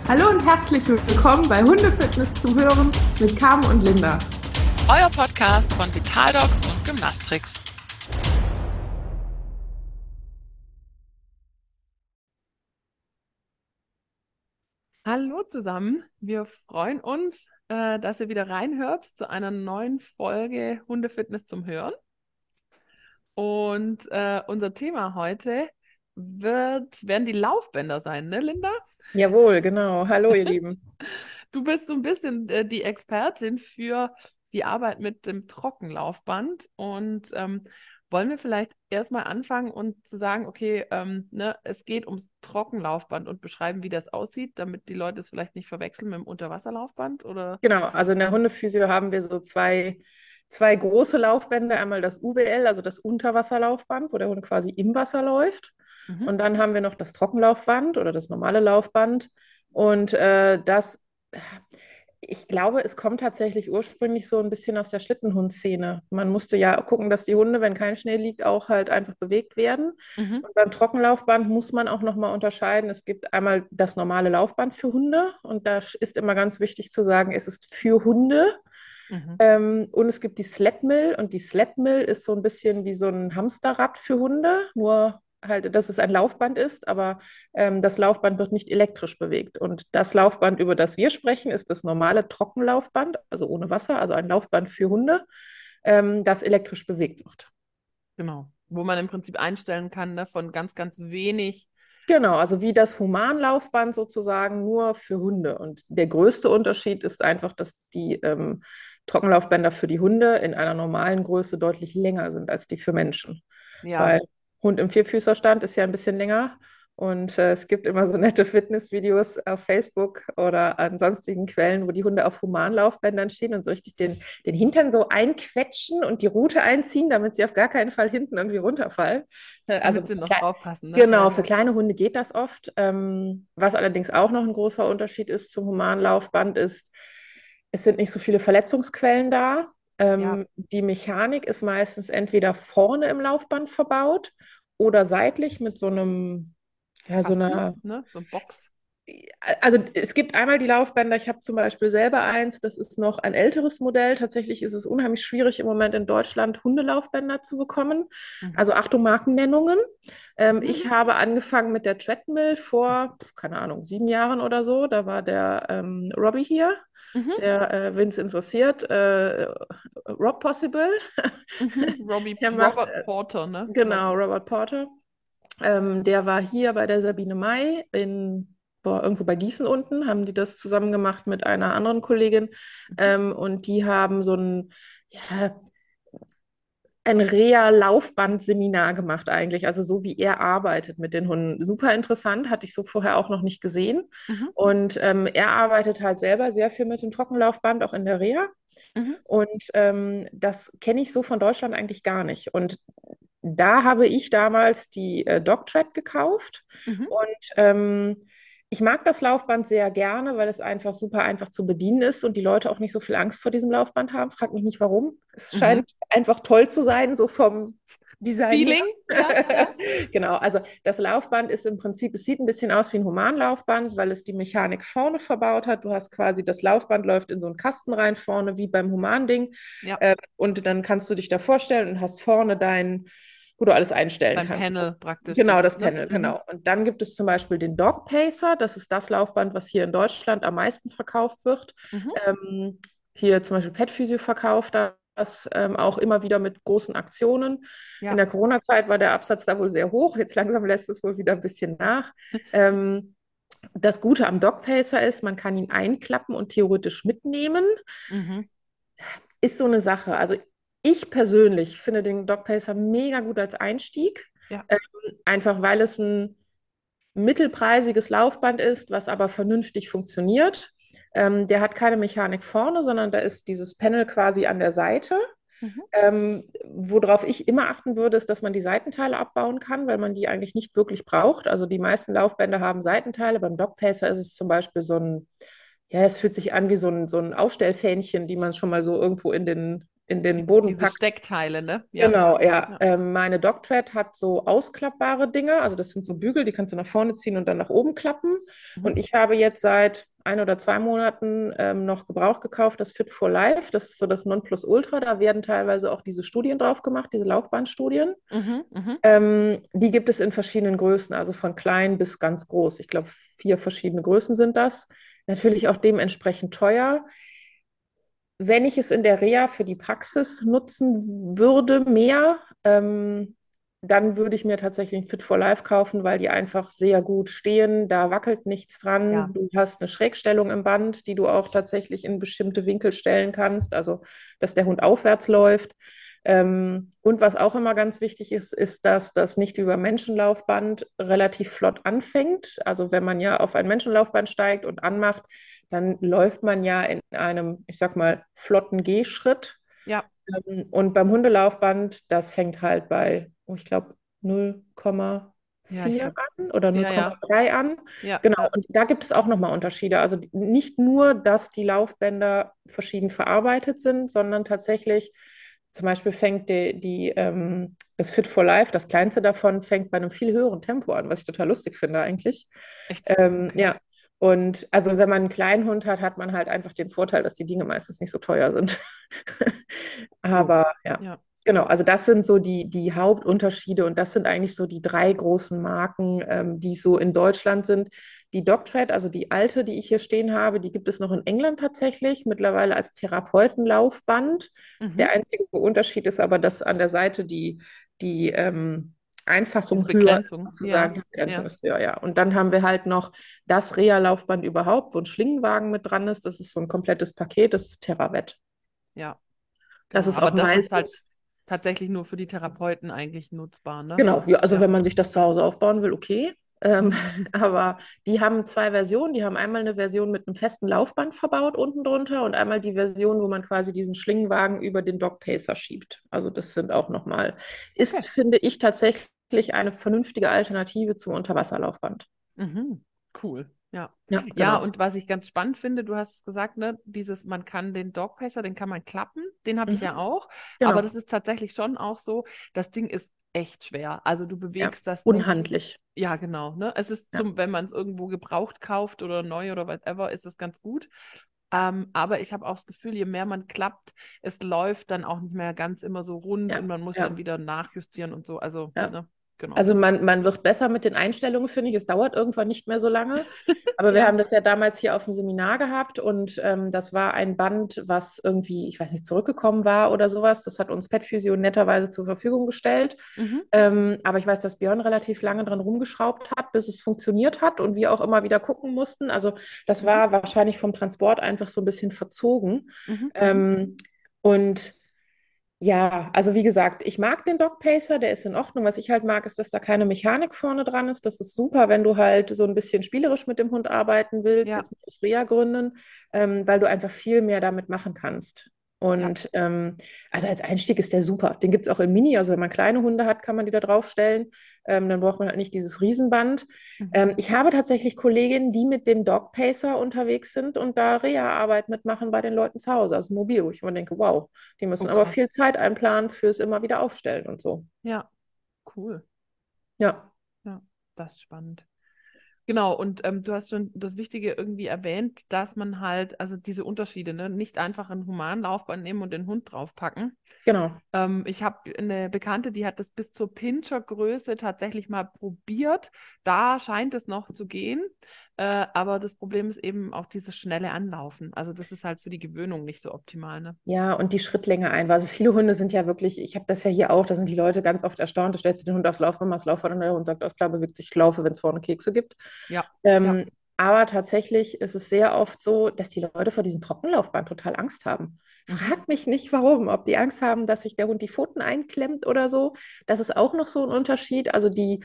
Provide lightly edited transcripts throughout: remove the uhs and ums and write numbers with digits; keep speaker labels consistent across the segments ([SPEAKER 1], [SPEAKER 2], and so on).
[SPEAKER 1] Hallo und herzlich willkommen bei Hundefitness zum Hören mit Carmen und Linda.
[SPEAKER 2] Euer Podcast von Vitaldogs und Gymnastrix.
[SPEAKER 1] Hallo zusammen, wir freuen uns, dass ihr wieder reinhört zu einer neuen Folge Hundefitness zum Hören. Und unser Thema heute werden die Laufbänder sein, ne, Linda?
[SPEAKER 3] Jawohl, genau. Hallo, ihr Lieben.
[SPEAKER 1] Du bist so ein bisschen die Expertin für die Arbeit mit dem Trockenlaufband und wollen wir vielleicht erstmal anfangen und zu sagen, okay, es geht ums Trockenlaufband und beschreiben, wie das aussieht, damit die Leute es vielleicht nicht verwechseln mit dem Unterwasserlaufband, oder?
[SPEAKER 3] Genau, also in der Hundephysio haben wir so zwei große Laufbänder. Einmal das UWL, also das Unterwasserlaufband, wo der Hund quasi im Wasser läuft.
[SPEAKER 1] Mhm.
[SPEAKER 3] Und dann haben wir noch das Trockenlaufband oder das normale Laufband. Und ich glaube, es kommt tatsächlich ursprünglich so ein bisschen aus der Schlittenhundszene. Man musste ja gucken, dass die Hunde, wenn kein Schnee liegt, auch halt einfach bewegt werden.
[SPEAKER 1] Mhm.
[SPEAKER 3] Und beim Trockenlaufband muss man auch nochmal unterscheiden. Es gibt einmal das normale Laufband für Hunde und da ist immer ganz wichtig zu sagen, es ist für Hunde.
[SPEAKER 1] Mhm.
[SPEAKER 3] Und es gibt die Sledmill und die Sledmill ist so ein bisschen wie so ein Hamsterrad für Hunde, nur halt, dass es ein Laufband ist, aber das Laufband wird nicht elektrisch bewegt. Und das Laufband, über das wir sprechen, ist das normale Trockenlaufband, also ohne Wasser, also ein Laufband für Hunde, das elektrisch bewegt wird.
[SPEAKER 1] Genau. Wo man im Prinzip einstellen kann, ne, von ganz, ganz wenig.
[SPEAKER 3] Genau, also wie das Humanlaufband sozusagen nur für Hunde. Und der größte Unterschied ist einfach, dass die Trockenlaufbänder für die Hunde in einer normalen Größe deutlich länger sind als die für Menschen.
[SPEAKER 1] Ja.
[SPEAKER 3] Weil Hund im Vierfüßerstand ist ja ein bisschen länger. Und es gibt immer so nette Fitnessvideos auf Facebook oder an sonstigen Quellen, wo die Hunde auf Humanlaufbändern stehen und so richtig den Hintern so einquetschen und die Rute einziehen, damit sie auf gar keinen Fall hinten irgendwie runterfallen. Also
[SPEAKER 1] Damit sie noch draufpassen, ne?
[SPEAKER 3] genau,
[SPEAKER 1] Ja.
[SPEAKER 3] für kleine Hunde geht das oft. Was allerdings auch noch ein großer Unterschied ist zum Humanlaufband, ist, es sind nicht so viele Verletzungsquellen da.
[SPEAKER 1] Ja.
[SPEAKER 3] Die Mechanik ist meistens entweder vorne im Laufband verbaut oder seitlich mit so einem, ja, so
[SPEAKER 1] Kasten,
[SPEAKER 3] einer.
[SPEAKER 1] ne? So Box.
[SPEAKER 3] Also es gibt einmal die Laufbänder, ich habe zum Beispiel selber eins, das ist noch ein älteres Modell. Tatsächlich ist es unheimlich schwierig im Moment in Deutschland Hundelaufbänder zu bekommen.
[SPEAKER 1] Mhm.
[SPEAKER 3] Also Achtung, Markennennungen. Ich
[SPEAKER 1] Mhm.
[SPEAKER 3] habe angefangen mit der Treadmill vor, keine Ahnung, 7 Jahren oder so. Da war der Robbie hier,
[SPEAKER 1] Mhm.
[SPEAKER 3] der Vince interessiert, Rob Possible.
[SPEAKER 1] Mhm.
[SPEAKER 3] Der macht,
[SPEAKER 1] Robert Porter, ne?
[SPEAKER 3] genau, Robert Porter. Der war hier bei der Sabine May irgendwo bei Gießen unten, haben die das zusammen gemacht mit einer anderen Kollegin.
[SPEAKER 1] Mhm.
[SPEAKER 3] Und die haben ja, ein Reha-Laufband-Seminar gemacht eigentlich, also so wie er arbeitet mit den Hunden. Super interessant, hatte ich so vorher auch noch nicht gesehen.
[SPEAKER 1] Mhm.
[SPEAKER 3] Und er arbeitet halt selber sehr viel mit dem Trockenlaufband, auch in der Reha.
[SPEAKER 1] Mhm.
[SPEAKER 3] Und das kenne ich so von Deutschland eigentlich gar nicht. Und da habe ich damals die Dogtrack gekauft
[SPEAKER 1] Mhm.
[SPEAKER 3] und ich mag das Laufband sehr gerne, weil es einfach super einfach zu bedienen ist und die Leute auch nicht so viel Angst vor diesem Laufband haben. Frag mich nicht warum. Es
[SPEAKER 1] Mhm.
[SPEAKER 3] scheint einfach toll zu sein, so vom Design her.
[SPEAKER 1] Feeling, ja, ja.
[SPEAKER 3] Genau, also das Laufband ist im Prinzip, es sieht ein bisschen aus wie ein Humanlaufband, weil es die Mechanik vorne verbaut hat. Du hast quasi, das Laufband läuft in so einen Kasten rein vorne, wie beim Humanding.
[SPEAKER 1] Ja,
[SPEAKER 3] Und dann kannst du dich da vorstellen und hast vorne wo du alles einstellen
[SPEAKER 1] beim
[SPEAKER 3] kannst.
[SPEAKER 1] Panel praktisch
[SPEAKER 3] Genau,
[SPEAKER 1] dieses,
[SPEAKER 3] das
[SPEAKER 1] ne?
[SPEAKER 3] Panel,
[SPEAKER 1] Mhm.
[SPEAKER 3] genau. Und dann gibt es zum Beispiel den Dog Pacer. Das ist das Laufband, was hier in Deutschland am meisten verkauft wird.
[SPEAKER 1] Mhm.
[SPEAKER 3] Hier zum Beispiel Pet Physio verkauft das auch immer wieder mit großen Aktionen. In
[SPEAKER 1] Ja.
[SPEAKER 3] der Corona-Zeit war der Absatz da wohl sehr hoch. Jetzt langsam lässt es wohl wieder ein bisschen nach. Das Gute am Dog Pacer ist, man kann ihn einklappen und theoretisch mitnehmen.
[SPEAKER 1] Mhm.
[SPEAKER 3] Ist so eine Sache. Also ich persönlich finde den Dog Pacer mega gut als Einstieg.
[SPEAKER 1] Ja.
[SPEAKER 3] Ähm, Einfach weil es ein mittelpreisiges Laufband ist, was aber vernünftig funktioniert. Der hat keine Mechanik vorne, sondern da ist dieses Panel quasi an der Seite.
[SPEAKER 1] Mhm.
[SPEAKER 3] Worauf ich immer achten würde, ist, dass man die Seitenteile abbauen kann, weil man die eigentlich nicht wirklich braucht. Also die meisten Laufbänder haben Seitenteile. Beim Dogpacer ist es zum Beispiel ja, es fühlt sich an wie so ein Aufstellfähnchen, die man schon mal so irgendwo in den Boden
[SPEAKER 1] Diese
[SPEAKER 3] packt.
[SPEAKER 1] Steckteile, ne? Ja.
[SPEAKER 3] Genau, ja.
[SPEAKER 1] Ja.
[SPEAKER 3] Meine Dogtread hat so ausklappbare Dinge, also das sind so Bügel, die kannst du nach vorne ziehen und dann nach oben klappen.
[SPEAKER 1] Mhm.
[SPEAKER 3] Und ich habe jetzt seit 1 oder 2 Monaten noch Gebrauch gekauft, das Fit for Life. Das ist so das Nonplusultra. Da werden teilweise auch diese Studien drauf gemacht, diese Laufbahnstudien.
[SPEAKER 1] Mhm. Mhm.
[SPEAKER 3] Die gibt es in verschiedenen Größen, also von klein bis ganz groß. Ich glaube, 4 verschiedene Größen sind das. Natürlich auch dementsprechend teuer. Wenn ich es in der Reha für die Praxis nutzen würde, mehr, dann würde ich mir tatsächlich ein Fit for Life kaufen, weil die einfach sehr gut stehen. Da wackelt nichts dran.
[SPEAKER 1] Ja.
[SPEAKER 3] Du hast eine Schrägstellung im Band, die du auch tatsächlich in bestimmte Winkel stellen kannst, also dass der Hund aufwärts läuft. Und was auch immer ganz wichtig ist, ist, dass das nicht über Menschenlaufband relativ flott anfängt. Also wenn man ja auf ein Menschenlaufband steigt und anmacht, dann läuft man ja in einem, ich sag mal, flotten Gehschritt.
[SPEAKER 1] Ja.
[SPEAKER 3] Und beim Hundelaufband, das fängt halt bei, oh, ich glaube,
[SPEAKER 1] Ja, ich
[SPEAKER 3] 0,4
[SPEAKER 1] glaube,
[SPEAKER 3] an oder
[SPEAKER 1] ja, ja.
[SPEAKER 3] 0,3 an.
[SPEAKER 1] Ja.
[SPEAKER 3] Genau, und da gibt es auch nochmal Unterschiede. Also nicht nur, dass die Laufbänder verschieden verarbeitet sind, sondern tatsächlich, zum Beispiel fängt das Fit for Life, das kleinste davon, fängt bei einem viel höheren Tempo an, was ich total lustig finde eigentlich.
[SPEAKER 1] Echt? Okay.
[SPEAKER 3] Ja, und also wenn man einen kleinen Hund hat, hat man halt einfach den Vorteil, dass die Dinge meistens nicht so teuer sind.
[SPEAKER 1] Jo.
[SPEAKER 3] Aber ja,
[SPEAKER 1] Ja.
[SPEAKER 3] genau, also das sind so die Hauptunterschiede und das sind eigentlich so die 3 großen Marken, die so in Deutschland sind. Die Dogtread, also die alte, die ich hier stehen habe, die gibt es noch in England tatsächlich, mittlerweile als Therapeutenlaufband. Der
[SPEAKER 1] Mhm.
[SPEAKER 3] einzige Unterschied ist aber, dass an der Seite die
[SPEAKER 1] Diese
[SPEAKER 3] Einfassung höher ist,
[SPEAKER 1] Begrenzung.
[SPEAKER 3] sozusagen.
[SPEAKER 1] Ja.
[SPEAKER 3] Die Begrenzung
[SPEAKER 1] Ja.
[SPEAKER 3] ist höher, ja. Und dann haben wir halt noch das Reha-Laufband überhaupt, wo ein Schlingenwagen mit dran ist. Das ist so ein komplettes Paket, das ist Theravett.
[SPEAKER 1] Ja.
[SPEAKER 3] Das
[SPEAKER 1] Genau.
[SPEAKER 3] ist
[SPEAKER 1] Aber
[SPEAKER 3] auch
[SPEAKER 1] das ist halt
[SPEAKER 3] meistens.
[SPEAKER 1] tatsächlich nur für die Therapeuten eigentlich nutzbar, ne?
[SPEAKER 3] Genau, ja, also wenn
[SPEAKER 1] Ja.
[SPEAKER 3] man sich das zu Hause aufbauen will, okay. Aber die haben 2 Versionen. Die haben einmal eine Version mit einem festen Laufband verbaut unten drunter und einmal die Version, wo man quasi diesen Schlingenwagen über den Dogpacer schiebt. Also das sind auch nochmal,
[SPEAKER 1] Okay.
[SPEAKER 3] ist, finde ich, tatsächlich eine vernünftige Alternative zum Unterwasserlaufband.
[SPEAKER 1] Mhm. Cool. Ja.
[SPEAKER 3] Ja,
[SPEAKER 1] Ja,
[SPEAKER 3] genau.
[SPEAKER 1] und was ich ganz spannend finde, du hast es gesagt, ne, man kann den Dogpacer, den kann man klappen, den habe ich ja
[SPEAKER 3] Mhm,
[SPEAKER 1] auch, aber
[SPEAKER 3] genau.
[SPEAKER 1] das ist tatsächlich schon auch so, das Ding ist echt schwer. Also du
[SPEAKER 3] Ja,
[SPEAKER 1] bewegst das nicht.
[SPEAKER 3] unhandlich.
[SPEAKER 1] Ja, genau, ne? Es ist
[SPEAKER 3] Ja,
[SPEAKER 1] wenn man es irgendwo gebraucht kauft oder neu oder whatever, ist es ganz gut. Aber ich habe auch das Gefühl, je mehr man klappt, es läuft dann auch nicht mehr ganz immer so rund
[SPEAKER 3] ja,
[SPEAKER 1] und man muss dann
[SPEAKER 3] ja,
[SPEAKER 1] wieder nachjustieren und so. Also,
[SPEAKER 3] ja.
[SPEAKER 1] ne, genau.
[SPEAKER 3] Also man wird besser mit den Einstellungen, finde ich. Es dauert irgendwann nicht mehr so lange. Aber wir
[SPEAKER 1] Ja.
[SPEAKER 3] haben das ja damals hier auf dem Seminar gehabt und das war ein Band, was irgendwie, ich weiß nicht, zurückgekommen war oder sowas. Das hat uns PetPhysio netterweise zur Verfügung gestellt.
[SPEAKER 1] Mhm.
[SPEAKER 3] Aber ich weiß, dass Björn relativ lange dran rumgeschraubt hat, bis es funktioniert hat und wir auch immer wieder gucken mussten. Also das
[SPEAKER 1] Mhm.
[SPEAKER 3] war wahrscheinlich vom Transport einfach so ein bisschen verzogen.
[SPEAKER 1] Mhm. Mhm.
[SPEAKER 3] Und ja, also wie gesagt, ich mag den Dog Pacer, der ist in Ordnung. Was ich halt mag, ist, dass da keine Mechanik vorne dran ist. Das ist super, wenn du halt so ein bisschen spielerisch mit dem Hund arbeiten willst,
[SPEAKER 1] Ja.
[SPEAKER 3] jetzt nicht aus Reha-Gründen, weil du einfach viel mehr damit machen kannst.
[SPEAKER 1] Ja.
[SPEAKER 3] Und also als Einstieg ist der super. Den gibt es auch in Mini. Also wenn man kleine Hunde hat, kann man die da draufstellen. Dann braucht man halt nicht dieses Riesenband.
[SPEAKER 1] Mhm.
[SPEAKER 3] Ich habe tatsächlich Kolleginnen, die mit dem Dog Pacer unterwegs sind und da Reha-Arbeit mitmachen bei den Leuten zu Hause, also mobil, wo ich immer denke, wow, die
[SPEAKER 1] Oh,
[SPEAKER 3] müssen aber
[SPEAKER 1] krass.
[SPEAKER 3] viel Zeit einplanen fürs immer wieder aufstellen und so.
[SPEAKER 1] Ja, cool.
[SPEAKER 3] Ja,
[SPEAKER 1] Ja, das ist spannend. Genau, und du hast schon das Wichtige irgendwie erwähnt, dass man halt, also diese Unterschiede, ne, nicht einfach einen Humanlaufbahn nehmen und den Hund draufpacken.
[SPEAKER 3] genau.
[SPEAKER 1] Ich habe eine Bekannte, die hat das bis zur Pinscher-Größe tatsächlich mal probiert. Da scheint es noch zu gehen, aber das Problem ist eben auch dieses schnelle Anlaufen. Also das ist halt für die Gewöhnung nicht so optimal, ne?
[SPEAKER 3] Ja, und die Schrittlänge ein. Also viele Hunde sind ja wirklich, ich habe das ja hier auch, da sind die Leute ganz oft erstaunt, du stellst den Hund aufs Laufband, machst Laufband und der Hund sagt, alles klar, bewegt sich, ich laufe, wenn es vorne Kekse gibt.
[SPEAKER 1] Ja, ja.
[SPEAKER 3] Aber tatsächlich ist es sehr oft so, dass die Leute vor diesem Trockenlaufband total Angst haben.
[SPEAKER 1] Mhm.
[SPEAKER 3] Frag mich nicht, warum. Ob die Angst haben, dass sich der Hund die Pfoten einklemmt oder so. Das ist auch noch so ein Unterschied. Also die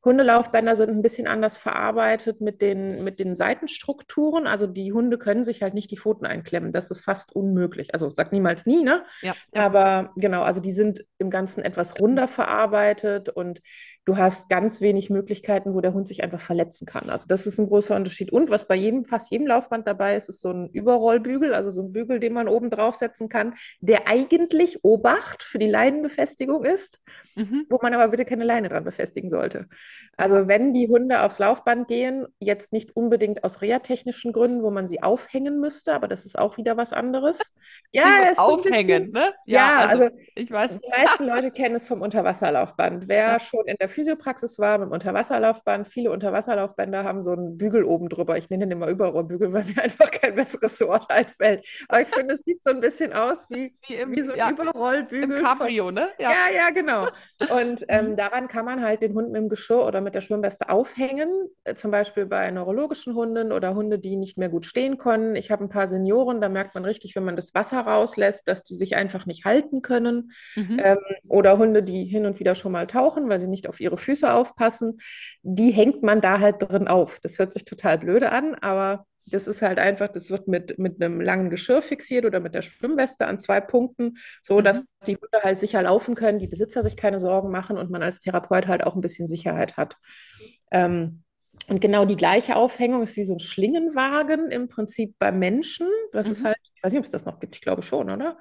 [SPEAKER 3] Hundelaufbänder sind ein bisschen anders verarbeitet mit den Seitenstrukturen. Also die Hunde können sich halt nicht die Pfoten einklemmen. Das ist fast unmöglich. Also sag niemals nie, ne?
[SPEAKER 1] Ja, ja.
[SPEAKER 3] Aber genau, also die sind im Ganzen etwas runder verarbeitet und du hast ganz wenig Möglichkeiten, wo der Hund sich einfach verletzen kann. Also das ist ein großer Unterschied. Und was bei fast jedem Laufband dabei ist, ist so ein Überrollbügel, also so ein Bügel, den man oben draufsetzen kann, der eigentlich Obacht für die Leinenbefestigung ist,
[SPEAKER 1] Mhm.
[SPEAKER 3] wo man aber bitte keine Leine dran befestigen sollte.
[SPEAKER 1] Ja.
[SPEAKER 3] Also wenn die Hunde aufs Laufband gehen, jetzt nicht unbedingt aus reha-technischen Gründen, wo man sie aufhängen müsste, aber das ist auch wieder was anderes. Ja,
[SPEAKER 1] Stichwort
[SPEAKER 3] ist so ein
[SPEAKER 1] aufhängen,
[SPEAKER 3] bisschen,
[SPEAKER 1] ne? Ja,
[SPEAKER 3] ja,
[SPEAKER 1] also
[SPEAKER 3] also
[SPEAKER 1] ich
[SPEAKER 3] die
[SPEAKER 1] weiß.
[SPEAKER 3] meisten Leute kennen es vom Unterwasserlaufband.
[SPEAKER 1] Ja.
[SPEAKER 3] Wer schon in der Physiopraxis war mit dem Unterwasserlaufband, viele Unterwasserlaufbänder haben so einen Bügel oben drüber. Ich nenne den immer Überrollbügel, weil mir einfach kein besseres Wort einfällt. Aber ich finde, es sieht so ein bisschen aus
[SPEAKER 1] Wie
[SPEAKER 3] wie so ein
[SPEAKER 1] ja, im
[SPEAKER 3] Überrollbügel von.
[SPEAKER 1] Cabrio, ne? Ja.
[SPEAKER 3] Ja, ja, genau. Und
[SPEAKER 1] Mhm.
[SPEAKER 3] daran kann man halt den Hund mit dem Geschirr oder mit der Schwimmweste aufhängen, zum Beispiel bei neurologischen Hunden oder Hunde, die nicht mehr gut stehen können. Ich habe ein paar Senioren, da merkt man richtig, wenn man das Wasser rauslässt, dass die sich einfach nicht halten können.
[SPEAKER 1] Mhm.
[SPEAKER 3] Ähm, oder Hunde, die hin und wieder schon mal tauchen, weil sie nicht auf ihre Füße aufpassen. Die hängt man da halt drin auf. Das hört sich total blöde an, aber das ist halt einfach, das wird mit einem langen Geschirr fixiert oder mit der Schwimmweste an 2 Punkten, so
[SPEAKER 1] Mhm.
[SPEAKER 3] dass die Hunde halt sicher laufen können, die Besitzer sich keine Sorgen machen und man als Therapeut halt auch ein bisschen Sicherheit hat. Ähm, und genau die gleiche Aufhängung ist wie so ein Schlingenwagen im Prinzip beim Menschen. Das ist
[SPEAKER 1] Mhm.
[SPEAKER 3] halt, ich weiß nicht, ob es das noch gibt, ich glaube schon, oder?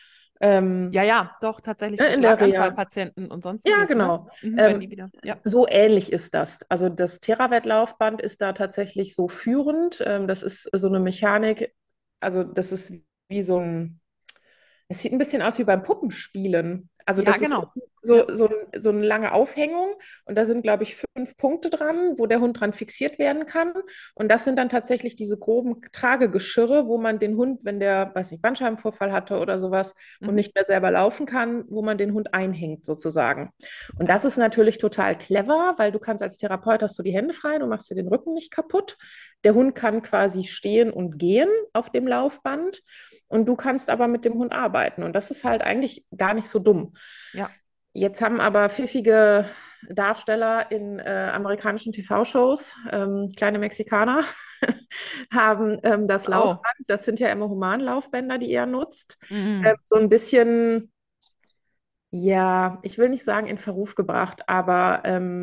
[SPEAKER 1] Ja,
[SPEAKER 3] Ähm,
[SPEAKER 1] ja, doch, tatsächlich für
[SPEAKER 3] in der Reha.
[SPEAKER 1] Schlaganfallpatienten und
[SPEAKER 3] Ja,
[SPEAKER 1] sonstiges, ne?
[SPEAKER 3] genau.
[SPEAKER 1] Mhm, wenn die wieder. Ja.
[SPEAKER 3] So ähnlich ist das. Also das Theravet-Laufband ist da tatsächlich so führend. Das ist so eine Mechanik, also das ist wie so ein, es sieht ein bisschen aus wie beim Puppenspielen. Also
[SPEAKER 1] Ja,
[SPEAKER 3] das ist
[SPEAKER 1] genau. Ja.
[SPEAKER 3] so eine lange Aufhängung und da sind, glaube ich, 5 Punkte dran, wo der Hund dran fixiert werden kann. Und das sind dann tatsächlich diese groben Tragegeschirre, wo man den Hund, wenn der, weiß nicht, Bandscheibenvorfall hatte oder sowas und
[SPEAKER 1] Mhm.
[SPEAKER 3] nicht mehr selber laufen kann, wo man den Hund einhängt sozusagen. Und
[SPEAKER 1] Ja.
[SPEAKER 3] das ist natürlich total clever, weil du kannst als Therapeut hast du die Hände frei, du machst dir den Rücken nicht kaputt. Der Hund kann quasi stehen und gehen auf dem Laufband. Und du kannst aber mit dem Hund arbeiten. Und das ist halt eigentlich gar nicht so dumm.
[SPEAKER 1] Ja.
[SPEAKER 3] Jetzt haben aber pfiffige Darsteller in amerikanischen TV-Shows, kleine Mexikaner, haben das
[SPEAKER 1] Oh.
[SPEAKER 3] Laufband, das sind ja immer Humanlaufbänder, die er nutzt,
[SPEAKER 1] Mhm.
[SPEAKER 3] so ein bisschen, ja, ich will nicht sagen in Verruf gebracht, aber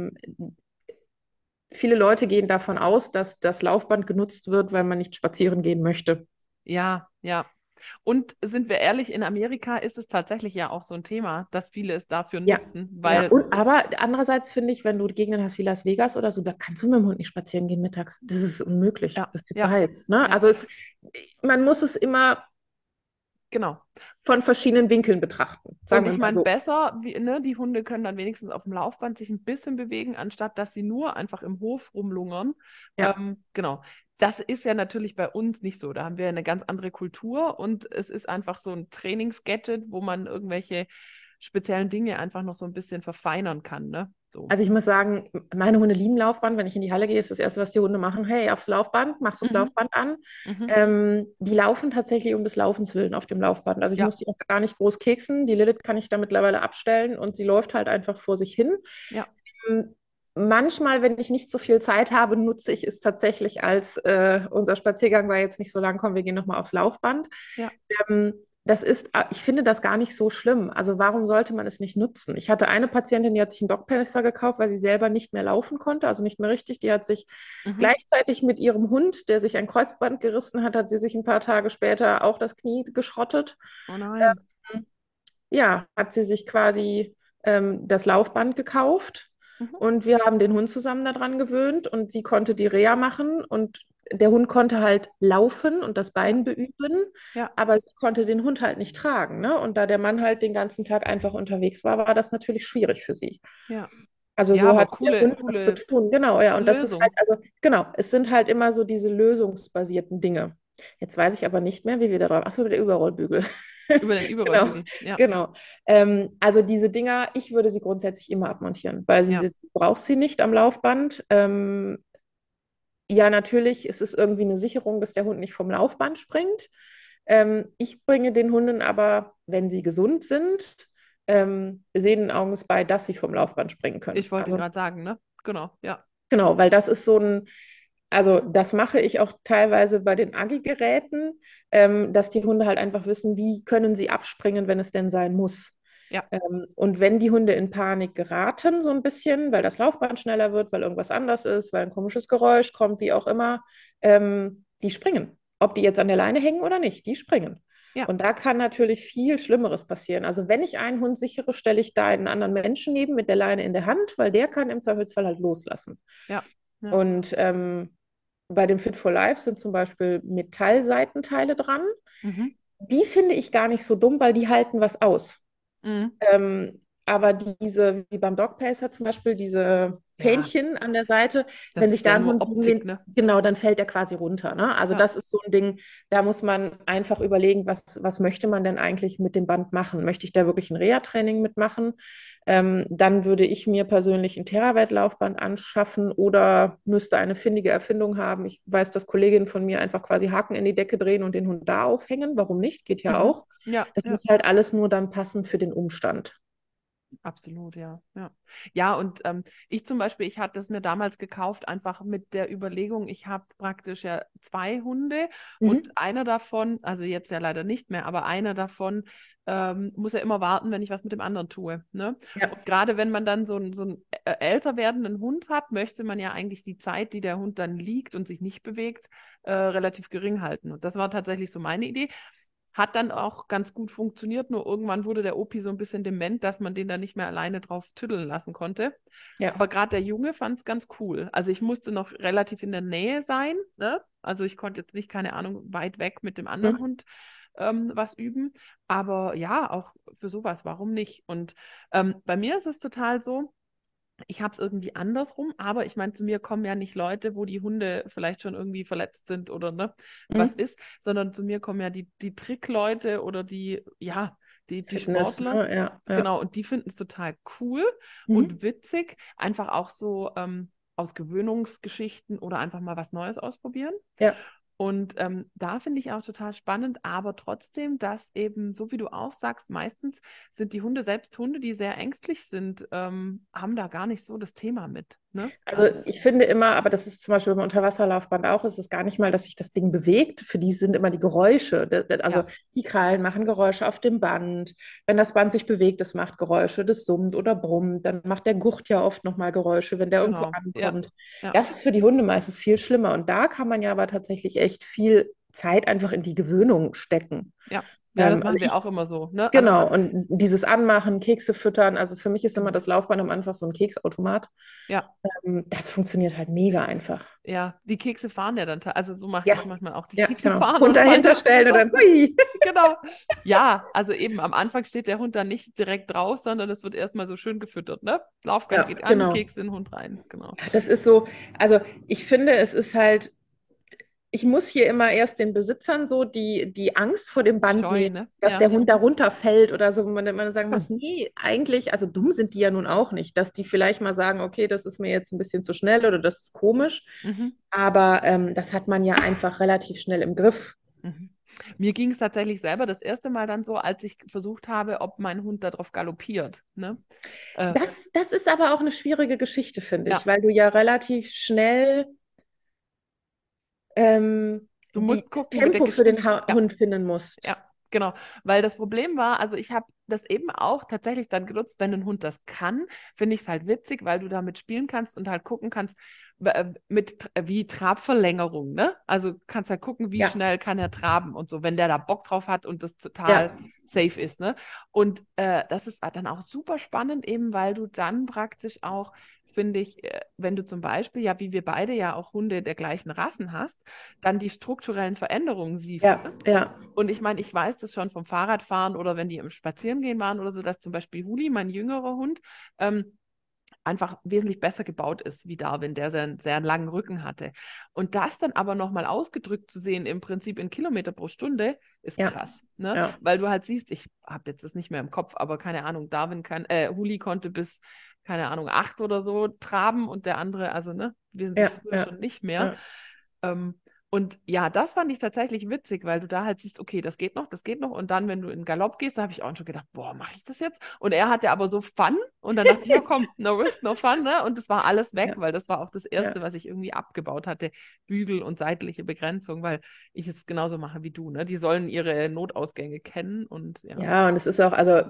[SPEAKER 3] viele Leute gehen davon aus, dass das Laufband genutzt wird, weil man nicht spazieren gehen möchte.
[SPEAKER 1] Ja, ja. Und sind wir ehrlich, in Amerika ist es tatsächlich ja auch so ein Thema, dass viele es dafür
[SPEAKER 3] Ja,
[SPEAKER 1] nutzen,
[SPEAKER 3] ja.
[SPEAKER 1] weil
[SPEAKER 3] Und, aber andererseits finde ich, wenn du Gegenden hast wie Las Vegas oder so, da kannst du mit dem Hund nicht spazieren gehen mittags. Das ist unmöglich.
[SPEAKER 1] ja,
[SPEAKER 3] Das ist viel zu
[SPEAKER 1] ja,
[SPEAKER 3] heiß. Ne?
[SPEAKER 1] ja,
[SPEAKER 3] Also man muss es immer
[SPEAKER 1] genau.
[SPEAKER 3] von verschiedenen Winkeln betrachten,
[SPEAKER 1] Und
[SPEAKER 3] sagen wir
[SPEAKER 1] ich
[SPEAKER 3] mal
[SPEAKER 1] meine,
[SPEAKER 3] so.
[SPEAKER 1] besser, wie, ne, die Hunde können dann wenigstens auf dem Laufband sich ein bisschen bewegen, anstatt dass sie nur einfach im Hof rumlungern.
[SPEAKER 3] Ja.
[SPEAKER 1] Genau. Das ist ja natürlich bei uns nicht so. Da haben wir eine ganz andere Kultur und es ist einfach so ein Trainingsgadget, wo man irgendwelche speziellen Dinge einfach noch so ein bisschen verfeinern kann, ne? So.
[SPEAKER 3] Also ich muss sagen, meine Hunde lieben Laufband. Wenn ich in die Halle gehe, ist das Erste, was die Hunde machen, hey, aufs Laufband, machst du das
[SPEAKER 1] Mhm.
[SPEAKER 3] Laufband an.
[SPEAKER 1] Mhm.
[SPEAKER 3] Die laufen tatsächlich um des Laufens willen auf dem Laufband. Also ich
[SPEAKER 1] Ja,
[SPEAKER 3] muss die auch gar nicht groß keksen. Die Lilith kann ich da mittlerweile abstellen und sie läuft halt einfach vor sich hin.
[SPEAKER 1] ja.
[SPEAKER 3] Ähm, Manchmal, wenn ich nicht so viel Zeit habe, nutze ich es tatsächlich als, unser Spaziergang war jetzt nicht so lang, komm, wir gehen nochmal aufs Laufband.
[SPEAKER 1] Ja.
[SPEAKER 3] Ähm, ich finde das gar nicht so schlimm. Also warum sollte man es nicht nutzen? Ich hatte eine Patientin, die hat sich einen Dogpacer gekauft, weil sie selber nicht mehr laufen konnte, also nicht mehr richtig. Die hat sich
[SPEAKER 1] Mhm.
[SPEAKER 3] gleichzeitig mit ihrem Hund, der sich ein Kreuzband gerissen hat, hat sie sich ein paar Tage später auch das Knie geschrottet.
[SPEAKER 1] Oh nein.
[SPEAKER 3] Ja, hat sie sich quasi das Laufband gekauft
[SPEAKER 1] Mhm.
[SPEAKER 3] und wir haben den Hund zusammen daran gewöhnt und sie konnte die Reha machen und der Hund konnte halt laufen und das
[SPEAKER 1] Ja,
[SPEAKER 3] Bein beüben,
[SPEAKER 1] ja,
[SPEAKER 3] aber sie konnte den Hund halt nicht tragen, ne? Und da der Mann halt den ganzen Tag einfach unterwegs war, war das natürlich schwierig für sie.
[SPEAKER 1] ja.
[SPEAKER 3] Also
[SPEAKER 1] Ja,
[SPEAKER 3] so
[SPEAKER 1] aber
[SPEAKER 3] hat der
[SPEAKER 1] coole,
[SPEAKER 3] Hund was zu
[SPEAKER 1] coole
[SPEAKER 3] tun, genau, ja. Und das ist halt,
[SPEAKER 1] Lösung.
[SPEAKER 3] also genau, es sind halt immer so diese lösungsbasierten Dinge. Jetzt weiß ich aber nicht mehr, wie wir da drauf. Achso, der Überrollbügel.
[SPEAKER 1] Über den
[SPEAKER 3] Genau,
[SPEAKER 1] Überrollbügel. Ja,
[SPEAKER 3] genau. Also diese Dinger, ich würde sie grundsätzlich immer abmontieren, weil
[SPEAKER 1] ja,
[SPEAKER 3] du brauchst sie nicht am Laufband. Ja, natürlich ist es irgendwie eine Sicherung, dass der Hund nicht vom Laufband springt. Ich bringe den Hunden aber, wenn sie gesund sind, sehenden Auges bei, dass sie vom Laufband springen können.
[SPEAKER 1] ich wollte
[SPEAKER 3] Also
[SPEAKER 1] gerade sagen, ne? genau, ja.
[SPEAKER 3] Genau, weil das ist so ein, also das mache ich auch teilweise bei den Agi-Geräten, dass die Hunde halt einfach wissen, wie können sie abspringen, wenn es denn sein muss.
[SPEAKER 1] Ja.
[SPEAKER 3] Und wenn die Hunde in Panik geraten, so ein bisschen, weil das Laufband schneller wird, weil irgendwas anders ist, weil ein komisches Geräusch kommt, wie auch immer, die springen. Ob die jetzt an der Leine hängen oder nicht, die springen.
[SPEAKER 1] Ja,
[SPEAKER 3] Und da kann natürlich viel Schlimmeres passieren. Also wenn ich einen Hund sichere, stelle ich da einen anderen Menschen neben mit der Leine in der Hand, weil der kann im Zweifelsfall halt loslassen.
[SPEAKER 1] ja, ja.
[SPEAKER 3] Und bei dem Fit for Life sind zum Beispiel Metallseitenteile dran.
[SPEAKER 1] Mhm.
[SPEAKER 3] Die finde ich gar nicht so dumm, weil die halten was aus.
[SPEAKER 1] Mhm.
[SPEAKER 3] Aber diese, wie beim Dog Pacer zum Beispiel, diese
[SPEAKER 1] Ja,
[SPEAKER 3] Fähnchen an der Seite, wenn
[SPEAKER 1] das
[SPEAKER 3] sich
[SPEAKER 1] ist
[SPEAKER 3] da
[SPEAKER 1] ja
[SPEAKER 3] ein
[SPEAKER 1] nur
[SPEAKER 3] Hund gegen
[SPEAKER 1] Optik,
[SPEAKER 3] den,
[SPEAKER 1] ne?
[SPEAKER 3] genau, dann fällt er quasi runter. Ne? Also
[SPEAKER 1] Ja.
[SPEAKER 3] das ist so ein Ding, da muss man einfach überlegen, was möchte man denn eigentlich mit dem Band machen? Möchte ich da wirklich ein Reha-Training mitmachen? Dann würde ich mir persönlich ein Terabyte-Laufband anschaffen oder müsste eine findige Erfindung haben. Ich weiß, dass Kolleginnen von mir einfach quasi Haken in die Decke drehen und den Hund da aufhängen. Warum nicht? Geht ja
[SPEAKER 1] Mhm.
[SPEAKER 3] auch.
[SPEAKER 1] Ja,
[SPEAKER 3] Das
[SPEAKER 1] ja.
[SPEAKER 3] muss halt alles nur dann passen für den Umstand.
[SPEAKER 1] Absolut, ja. Ja, ja und ich zum Beispiel, ich hatte es mir damals gekauft, einfach mit der Überlegung, ich habe praktisch ja 2 Hunde und
[SPEAKER 3] Mhm.
[SPEAKER 1] einer davon, also jetzt ja leider nicht mehr, aber einer davon muss ja immer warten, wenn ich was mit dem anderen tue. Ne?
[SPEAKER 3] Ja.
[SPEAKER 1] Und gerade wenn man dann so einen älter werdenden Hund hat, möchte man ja eigentlich die Zeit, die der Hund dann liegt und sich nicht bewegt, relativ gering halten. Und das war tatsächlich so meine Idee. Hat dann auch ganz gut funktioniert, nur irgendwann wurde der Opi so ein bisschen dement, dass man den dann nicht mehr alleine drauf tüddeln lassen konnte.
[SPEAKER 3] Ja.
[SPEAKER 1] Aber gerade der Junge fand es ganz cool. Also ich musste noch relativ in der Nähe sein, ne? Also ich konnte jetzt nicht, keine Ahnung, weit weg mit dem anderen
[SPEAKER 3] Mhm.
[SPEAKER 1] Hund was üben. Aber ja, auch für sowas, warum nicht? Und bei mir ist es total so, ich habe es irgendwie andersrum, aber ich meine, zu mir kommen ja nicht Leute, wo die Hunde vielleicht schon irgendwie verletzt sind oder ne, was
[SPEAKER 3] Mhm.
[SPEAKER 1] ist, sondern zu mir kommen ja die Trickleute oder die, ja, die
[SPEAKER 3] Fitness,
[SPEAKER 1] Sportler.
[SPEAKER 3] ne? Ja, ja.
[SPEAKER 1] Genau, und die finden es total cool
[SPEAKER 3] Mhm.
[SPEAKER 1] und witzig, einfach auch so aus Gewöhnungsgeschichten oder einfach mal was Neues ausprobieren.
[SPEAKER 3] Ja.
[SPEAKER 1] Und da finde ich auch total spannend, aber trotzdem, dass eben, so wie du auch sagst, meistens sind die Hunde, selbst Hunde, die sehr ängstlich sind, haben da gar nicht so das Thema mit. Ne?
[SPEAKER 3] Also
[SPEAKER 1] Also es
[SPEAKER 3] ich finde
[SPEAKER 1] ist,
[SPEAKER 3] immer, aber das ist zum Beispiel beim Unterwasserlaufband auch, ist es gar nicht mal, dass sich das Ding bewegt. Für die sind immer die Geräusche. Also
[SPEAKER 1] ja,
[SPEAKER 3] die Krallen machen Geräusche auf dem Band. Wenn das Band sich bewegt, das macht Geräusche, das summt oder brummt. Dann macht der Gurt ja oft nochmal Geräusche, wenn der irgendwo
[SPEAKER 1] genau. Ja,
[SPEAKER 3] ankommt.
[SPEAKER 1] ja,
[SPEAKER 3] Das ist für die Hunde meistens viel schlimmer. Und da kann man ja aber tatsächlich echt viel Zeit einfach in die Gewöhnung stecken.
[SPEAKER 1] ja. Ja, das
[SPEAKER 3] Also
[SPEAKER 1] machen wir auch immer so. Ne? Also
[SPEAKER 3] genau, und dieses Anmachen, Kekse füttern, also für mich ist immer
[SPEAKER 1] genau.
[SPEAKER 3] das Laufband am Anfang so ein Keksautomat.
[SPEAKER 1] Ja,
[SPEAKER 3] Das funktioniert halt mega einfach.
[SPEAKER 1] ja. Die Kekse fahren ja dann, also so mache
[SPEAKER 3] Ja,
[SPEAKER 1] ich manchmal auch. Die
[SPEAKER 3] ja,
[SPEAKER 1] Kekse
[SPEAKER 3] genau.
[SPEAKER 1] fahren
[SPEAKER 3] Hund
[SPEAKER 1] und fallen
[SPEAKER 3] dahinter
[SPEAKER 1] dann
[SPEAKER 3] stellen und
[SPEAKER 1] runter.
[SPEAKER 3] dann hui.
[SPEAKER 1] Genau. Ja, also eben am Anfang steht der Hund dann nicht direkt drauf, sondern es wird erstmal so schön gefüttert, ne? Laufgang
[SPEAKER 3] Ja,
[SPEAKER 1] geht an,
[SPEAKER 3] genau.
[SPEAKER 1] Keks in den Hund rein. Genau.
[SPEAKER 3] Ja, das ist so, also ich finde, es ist halt, ich muss hier immer erst den Besitzern so die Angst vor dem Band
[SPEAKER 1] Scheu,
[SPEAKER 3] nehmen,
[SPEAKER 1] ne?
[SPEAKER 3] dass
[SPEAKER 1] Ja.
[SPEAKER 3] der Hund da runterfällt oder so, wo man immer sagen muss, nee, eigentlich, also dumm sind die ja nun auch nicht, dass die vielleicht mal sagen, okay, das ist mir jetzt ein bisschen zu schnell oder das ist komisch,
[SPEAKER 1] Mhm.
[SPEAKER 3] aber das hat man ja einfach relativ schnell im Griff.
[SPEAKER 1] Mhm. Mir ging es tatsächlich selber das erste Mal dann so, als ich versucht habe, ob mein Hund darauf galoppiert. Ne? Äh,
[SPEAKER 3] Das ist aber auch eine schwierige Geschichte, finde ich,
[SPEAKER 1] ja,
[SPEAKER 3] weil du ja relativ schnell
[SPEAKER 1] du musst
[SPEAKER 3] das
[SPEAKER 1] gucken mit der
[SPEAKER 3] Tempo für den
[SPEAKER 1] Ja,
[SPEAKER 3] Hund finden musst.
[SPEAKER 1] ja, genau. Weil das Problem war, also ich habe das eben auch tatsächlich dann genutzt, wenn ein Hund das kann, finde ich es halt witzig, weil du damit spielen kannst und halt gucken kannst, wie Trabverlängerung, ne? Also kannst halt gucken, wie
[SPEAKER 3] Ja,
[SPEAKER 1] schnell kann er traben und so, wenn der da Bock drauf hat und das total
[SPEAKER 3] ja,
[SPEAKER 1] safe ist, ne? Und das ist dann auch super spannend, eben weil du dann praktisch auch, finde ich, wenn du zum Beispiel, ja, wie wir beide ja auch Hunde der gleichen Rassen hast, dann die strukturellen Veränderungen siehst.
[SPEAKER 3] ja, ja,
[SPEAKER 1] Und ich meine, ich weiß das schon vom Fahrradfahren oder wenn die im Spazierengehen waren oder so, dass zum Beispiel Huli, mein jüngerer Hund, einfach wesentlich besser gebaut ist wie Darwin, der sehr langen Rücken hatte. Und das dann aber nochmal ausgedrückt zu sehen, im Prinzip in Kilometer pro Stunde, ist
[SPEAKER 3] ja,
[SPEAKER 1] krass. Ne?
[SPEAKER 3] ja,
[SPEAKER 1] Weil du halt siehst, ich habe jetzt das nicht mehr im Kopf, aber keine Ahnung, Huli konnte bis, keine Ahnung, 8 oder so traben und der andere, also ne, wesentlich
[SPEAKER 3] ja,
[SPEAKER 1] früher
[SPEAKER 3] ja,
[SPEAKER 1] schon nicht mehr.
[SPEAKER 3] ja.
[SPEAKER 1] Ähm, Und ja, das fand ich tatsächlich witzig, weil du da halt siehst, okay, das geht noch, das geht noch. Und dann, wenn du in den Galopp gehst, da habe ich auch schon gedacht, boah, mache ich das jetzt? Und er hatte aber so Fun. Und dann dachte ich, ja, komm, no risk, no fun, ne? Und das war alles weg,
[SPEAKER 3] Ja,
[SPEAKER 1] weil das war auch das
[SPEAKER 3] ja.
[SPEAKER 1] Erste, was ich irgendwie abgebaut hatte. Bügel und seitliche Begrenzung, weil ich es genauso mache wie du, ne? Die sollen ihre Notausgänge kennen und ja.
[SPEAKER 3] Ja, und es ist auch, also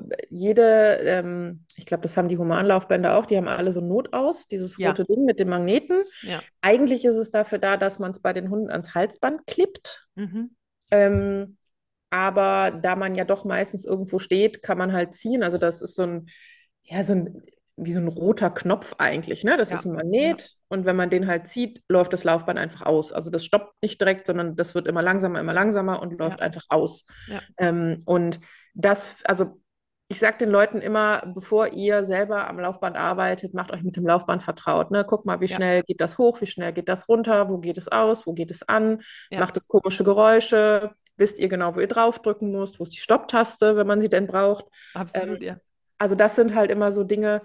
[SPEAKER 3] ich glaube, das haben die Humanlaufbänder auch, die haben alle so ein Notaus, dieses
[SPEAKER 1] Ja,
[SPEAKER 3] rote Ding mit dem Magneten.
[SPEAKER 1] ja.
[SPEAKER 3] Eigentlich ist es dafür da, dass man es bei den Hunden ans Halsband klippt.
[SPEAKER 1] Mhm.
[SPEAKER 3] Ähm, aber da man ja doch meistens irgendwo steht, kann man halt ziehen. Also das ist so ein, ja, wie so ein roter Knopf eigentlich, ne? Das ist
[SPEAKER 1] Ja,
[SPEAKER 3] ein
[SPEAKER 1] ja,
[SPEAKER 3] Magnet und wenn man den halt zieht, läuft das Laufband einfach aus. Also das stoppt nicht direkt, sondern das wird immer langsamer und
[SPEAKER 1] ja,
[SPEAKER 3] läuft einfach aus.
[SPEAKER 1] ja,
[SPEAKER 3] Und also ich sage den Leuten immer, bevor ihr selber am Laufband arbeitet, macht euch mit dem Laufband vertraut. Ne? Guckt mal, wie
[SPEAKER 1] ja,
[SPEAKER 3] schnell geht das hoch, wie schnell geht das runter, wo geht es aus, wo geht es an,
[SPEAKER 1] ja,
[SPEAKER 3] macht es komische Geräusche, wisst ihr genau, wo ihr draufdrücken müsst, wo ist die Stopptaste, wenn man sie denn braucht. Ähm,
[SPEAKER 1] absolut, ja.
[SPEAKER 3] also das sind halt immer so Dinge,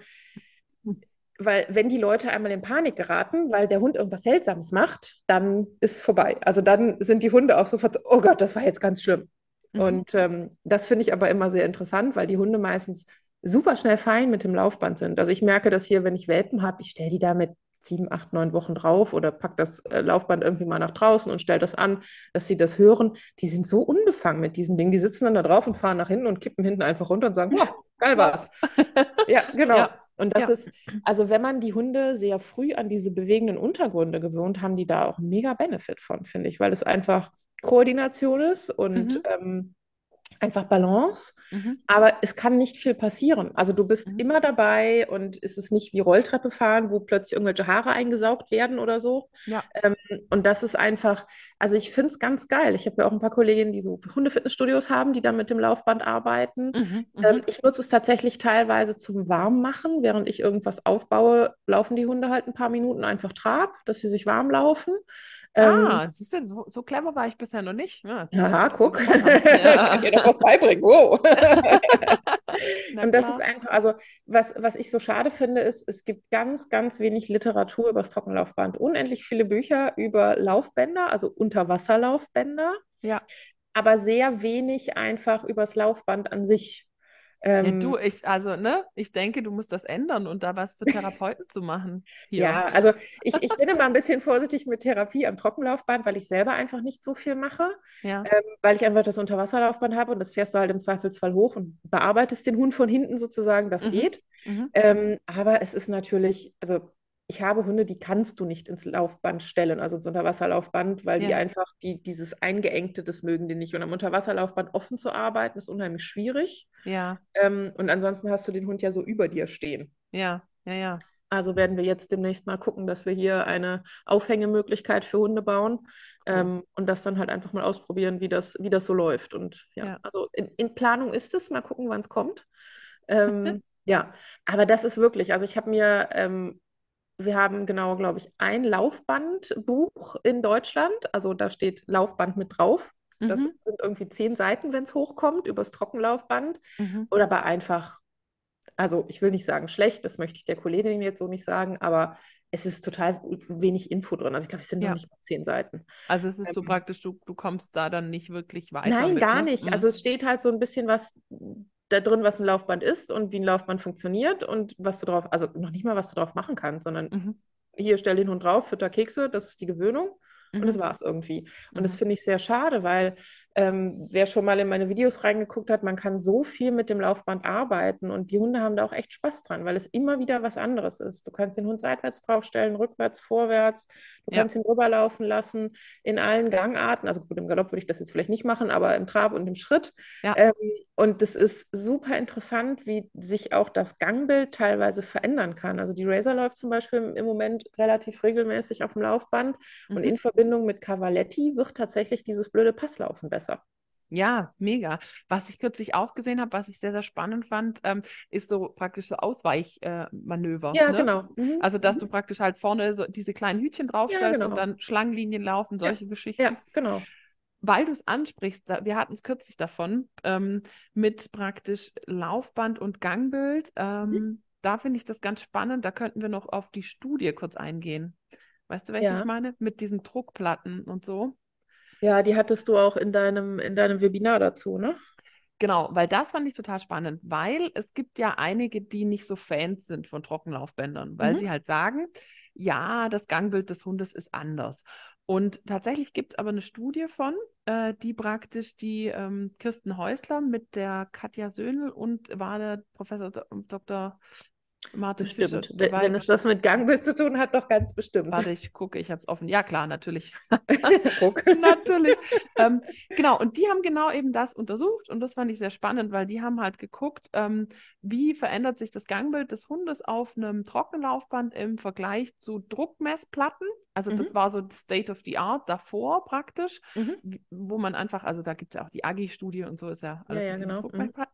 [SPEAKER 3] weil wenn die Leute einmal in Panik geraten, weil der Hund irgendwas Seltsames macht, dann ist vorbei. Also dann sind die Hunde auch sofort, oh Gott, das war jetzt ganz schlimm.
[SPEAKER 1] Mhm.
[SPEAKER 3] Und das finde ich aber immer sehr interessant, weil die Hunde meistens super schnell fein mit dem Laufband sind. Also ich merke das hier, wenn ich Welpen habe, ich stelle die da mit 7, 8, 9 Wochen drauf oder pack das Laufband irgendwie mal nach draußen und stelle das an, dass sie das hören. Die sind so unbefangen mit diesen Dingen. Die sitzen dann da drauf und fahren nach hinten und kippen hinten einfach runter und sagen, boah, geil war's.
[SPEAKER 1] Wow.
[SPEAKER 3] Ja, genau.
[SPEAKER 1] Ja,
[SPEAKER 3] Und das
[SPEAKER 1] ja.
[SPEAKER 3] ist, also wenn man die Hunde sehr früh an diese bewegenden Untergründe gewöhnt, haben die da auch einen mega Benefit von, finde ich, weil es einfach Koordination ist und
[SPEAKER 1] Mhm.
[SPEAKER 3] einfach Balance.
[SPEAKER 1] Mhm.
[SPEAKER 3] Aber es kann nicht viel passieren. Also du bist
[SPEAKER 1] Mhm.
[SPEAKER 3] immer dabei und es ist nicht wie Rolltreppe fahren, wo plötzlich irgendwelche Haare eingesaugt werden oder so.
[SPEAKER 1] Ja.
[SPEAKER 3] Ähm, und das ist einfach, also ich finde es ganz geil. Ich habe ja auch ein paar Kolleginnen, die so Hundefitnessstudios haben, die dann mit dem Laufband arbeiten.
[SPEAKER 1] Mhm. Mhm.
[SPEAKER 3] Ich nutze es tatsächlich teilweise zum Warmmachen. Während ich irgendwas aufbaue, laufen die Hunde halt ein paar Minuten einfach Trab, dass sie sich warm laufen. Ähm,
[SPEAKER 1] Ah, siehst du, so clever war ich bisher noch nicht. Ja, dass
[SPEAKER 3] ja,
[SPEAKER 1] wir das mal
[SPEAKER 3] guck,
[SPEAKER 1] gelernt haben.
[SPEAKER 3] kann dir doch
[SPEAKER 1] Ja.
[SPEAKER 3] was beibringen. Wow.
[SPEAKER 1] Na
[SPEAKER 3] Und das ist
[SPEAKER 1] klar.
[SPEAKER 3] einfach, also was ich so schade finde, ist, es gibt ganz, ganz wenig Literatur über das Trockenlaufband. Unendlich viele Bücher über Laufbänder, also Unterwasserlaufbänder,
[SPEAKER 1] Ja.
[SPEAKER 3] aber sehr wenig einfach über das Laufband an sich.
[SPEAKER 1] Ja,
[SPEAKER 3] Ähm,
[SPEAKER 1] du, also, ne, ich denke, du musst das ändern und da was für Therapeuten zu machen. Hier.
[SPEAKER 3] ja, also ich bin immer ein bisschen vorsichtig mit Therapie am Trockenlaufband, weil ich selber einfach nicht so viel mache,
[SPEAKER 1] Ja.
[SPEAKER 3] weil ich einfach das Unterwasserlaufband habe und das fährst du halt im Zweifelsfall hoch und bearbeitest den Hund von hinten sozusagen, das
[SPEAKER 1] Mhm.
[SPEAKER 3] geht.
[SPEAKER 1] Mhm.
[SPEAKER 3] Aber es ist natürlich, also ich habe Hunde, die kannst du nicht ins Laufband stellen, also ins Unterwasserlaufband, weil die
[SPEAKER 1] Ja.
[SPEAKER 3] einfach, dieses Eingeengte, das mögen die nicht. Und am Unterwasserlaufband offen zu arbeiten, ist unheimlich schwierig.
[SPEAKER 1] Ja.
[SPEAKER 3] Und ansonsten hast du den Hund ja so über dir stehen.
[SPEAKER 1] Ja. Ja. Ja.
[SPEAKER 3] Also werden wir jetzt demnächst mal gucken, dass wir hier eine Aufhängemöglichkeit für Hunde bauen
[SPEAKER 1] Cool.
[SPEAKER 3] und das dann halt einfach mal ausprobieren, wie das so läuft. Und ja,
[SPEAKER 1] Ja.
[SPEAKER 3] also in Planung ist es. Mal gucken, wann es kommt. Ja, aber das ist wirklich, also wir haben genau, glaube ich, ein Laufbandbuch in Deutschland. Also da steht Laufband mit drauf. Das
[SPEAKER 1] Mhm.
[SPEAKER 3] sind irgendwie 10 Seiten, wenn es hochkommt, übers Trockenlaufband.
[SPEAKER 1] Mhm.
[SPEAKER 3] Oder aber einfach, also ich will nicht sagen schlecht, das möchte ich der Kollegin jetzt so nicht sagen, aber es ist total wenig Info drin. Also ich glaube, es sind noch
[SPEAKER 1] Ja.
[SPEAKER 3] nicht mal 10 Seiten.
[SPEAKER 1] Also es ist so
[SPEAKER 3] Ähm,
[SPEAKER 1] praktisch, du kommst da dann nicht wirklich weiter
[SPEAKER 3] nein,
[SPEAKER 1] mit,
[SPEAKER 3] gar
[SPEAKER 1] ne?
[SPEAKER 3] nicht. Also
[SPEAKER 1] Mhm.
[SPEAKER 3] es steht halt so ein bisschen was da drin, was ein Laufband ist und wie ein Laufband funktioniert und was du drauf, also noch nicht mal, was du drauf machen kannst, sondern
[SPEAKER 1] Mhm.
[SPEAKER 3] hier stell den Hund drauf, fütter Kekse, das ist die Gewöhnung und das
[SPEAKER 1] Mhm.
[SPEAKER 3] war es irgendwie. Und das
[SPEAKER 1] Mhm.
[SPEAKER 3] finde ich sehr schade, weil wer schon mal in meine Videos reingeguckt hat, man kann so viel mit dem Laufband arbeiten und die Hunde haben da auch echt Spaß dran, weil es immer wieder was anderes ist. Du kannst den Hund seitwärts draufstellen, rückwärts, vorwärts, du
[SPEAKER 1] Ja.
[SPEAKER 3] kannst ihn rüberlaufen lassen in allen Gangarten. Also gut, im Galopp würde ich das jetzt vielleicht nicht machen, aber im Trab und im Schritt.
[SPEAKER 1] Ja.
[SPEAKER 3] Ähm, und das ist super interessant, wie sich auch das Gangbild teilweise verändern kann. Also die Razor läuft zum Beispiel im Moment relativ regelmäßig auf dem Laufband und
[SPEAKER 1] Mhm.
[SPEAKER 3] in Verbindung mit Cavaletti wird tatsächlich dieses blöde Passlaufen besser.
[SPEAKER 1] Ja, mega. Was ich kürzlich auch gesehen habe, was ich sehr, sehr spannend fand, ist so praktisch so Ausweichmanöver,
[SPEAKER 3] Ja,
[SPEAKER 1] ne?
[SPEAKER 3] genau. Mhm.
[SPEAKER 1] Also, dass du
[SPEAKER 3] Mhm.
[SPEAKER 1] praktisch halt vorne so diese kleinen Hütchen
[SPEAKER 3] Ja,
[SPEAKER 1] draufstellst und
[SPEAKER 3] genau.
[SPEAKER 1] dann Schlangenlinien laufen,
[SPEAKER 3] Ja,
[SPEAKER 1] solche
[SPEAKER 3] ja,
[SPEAKER 1] Geschichten.
[SPEAKER 3] genau.
[SPEAKER 1] Weil du es ansprichst, wir hatten es kürzlich davon, mit praktisch Laufband und Gangbild.
[SPEAKER 3] Mhm.
[SPEAKER 1] Da finde ich das ganz spannend. Da könnten wir noch auf die Studie kurz eingehen. Weißt du, welche ich
[SPEAKER 3] Ja.
[SPEAKER 1] meine? Mit diesen Druckplatten und so.
[SPEAKER 3] Ja, die hattest du auch in deinem Webinar dazu, ne?
[SPEAKER 1] Genau, weil das fand ich total spannend, weil es gibt ja einige, die nicht so Fans sind von Trockenlaufbändern, weil
[SPEAKER 3] Mhm.
[SPEAKER 1] sie halt sagen, ja, das Gangbild des Hundes ist anders. Und tatsächlich gibt es aber eine Studie die praktisch die Kirsten Häusler mit der Katja Söhnl und war der Professor Dr. Martin Fischer
[SPEAKER 3] Bestimmt.
[SPEAKER 1] dabei.
[SPEAKER 3] Wenn es was mit Gangbild zu tun hat, doch ganz
[SPEAKER 1] Warte,
[SPEAKER 3] bestimmt.
[SPEAKER 1] ich gucke, ich habe es offen. Ja, klar, natürlich.
[SPEAKER 3] Guck.
[SPEAKER 1] Natürlich. Genau, und die haben genau eben das untersucht und das fand ich sehr spannend, weil die haben halt geguckt, wie verändert sich das Gangbild des Hundes auf einem Trockenlaufband im Vergleich zu Druckmessplatten. Also das
[SPEAKER 3] Mhm.
[SPEAKER 1] war so das State of the Art davor praktisch,
[SPEAKER 3] Mhm.
[SPEAKER 1] wo man einfach, also da gibt es ja auch die AGI-Studie und so ist ja
[SPEAKER 3] Ja,
[SPEAKER 1] alles
[SPEAKER 3] ja,
[SPEAKER 1] mit diesen
[SPEAKER 3] genau. Mhm.
[SPEAKER 1] Druckmessplatten.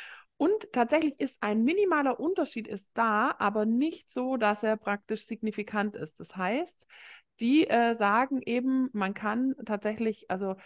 [SPEAKER 1] Und tatsächlich ist ein minimaler Unterschied ist da, aber nicht so, dass er praktisch signifikant ist. Das heißt, die sagen eben, man kann tatsächlich, also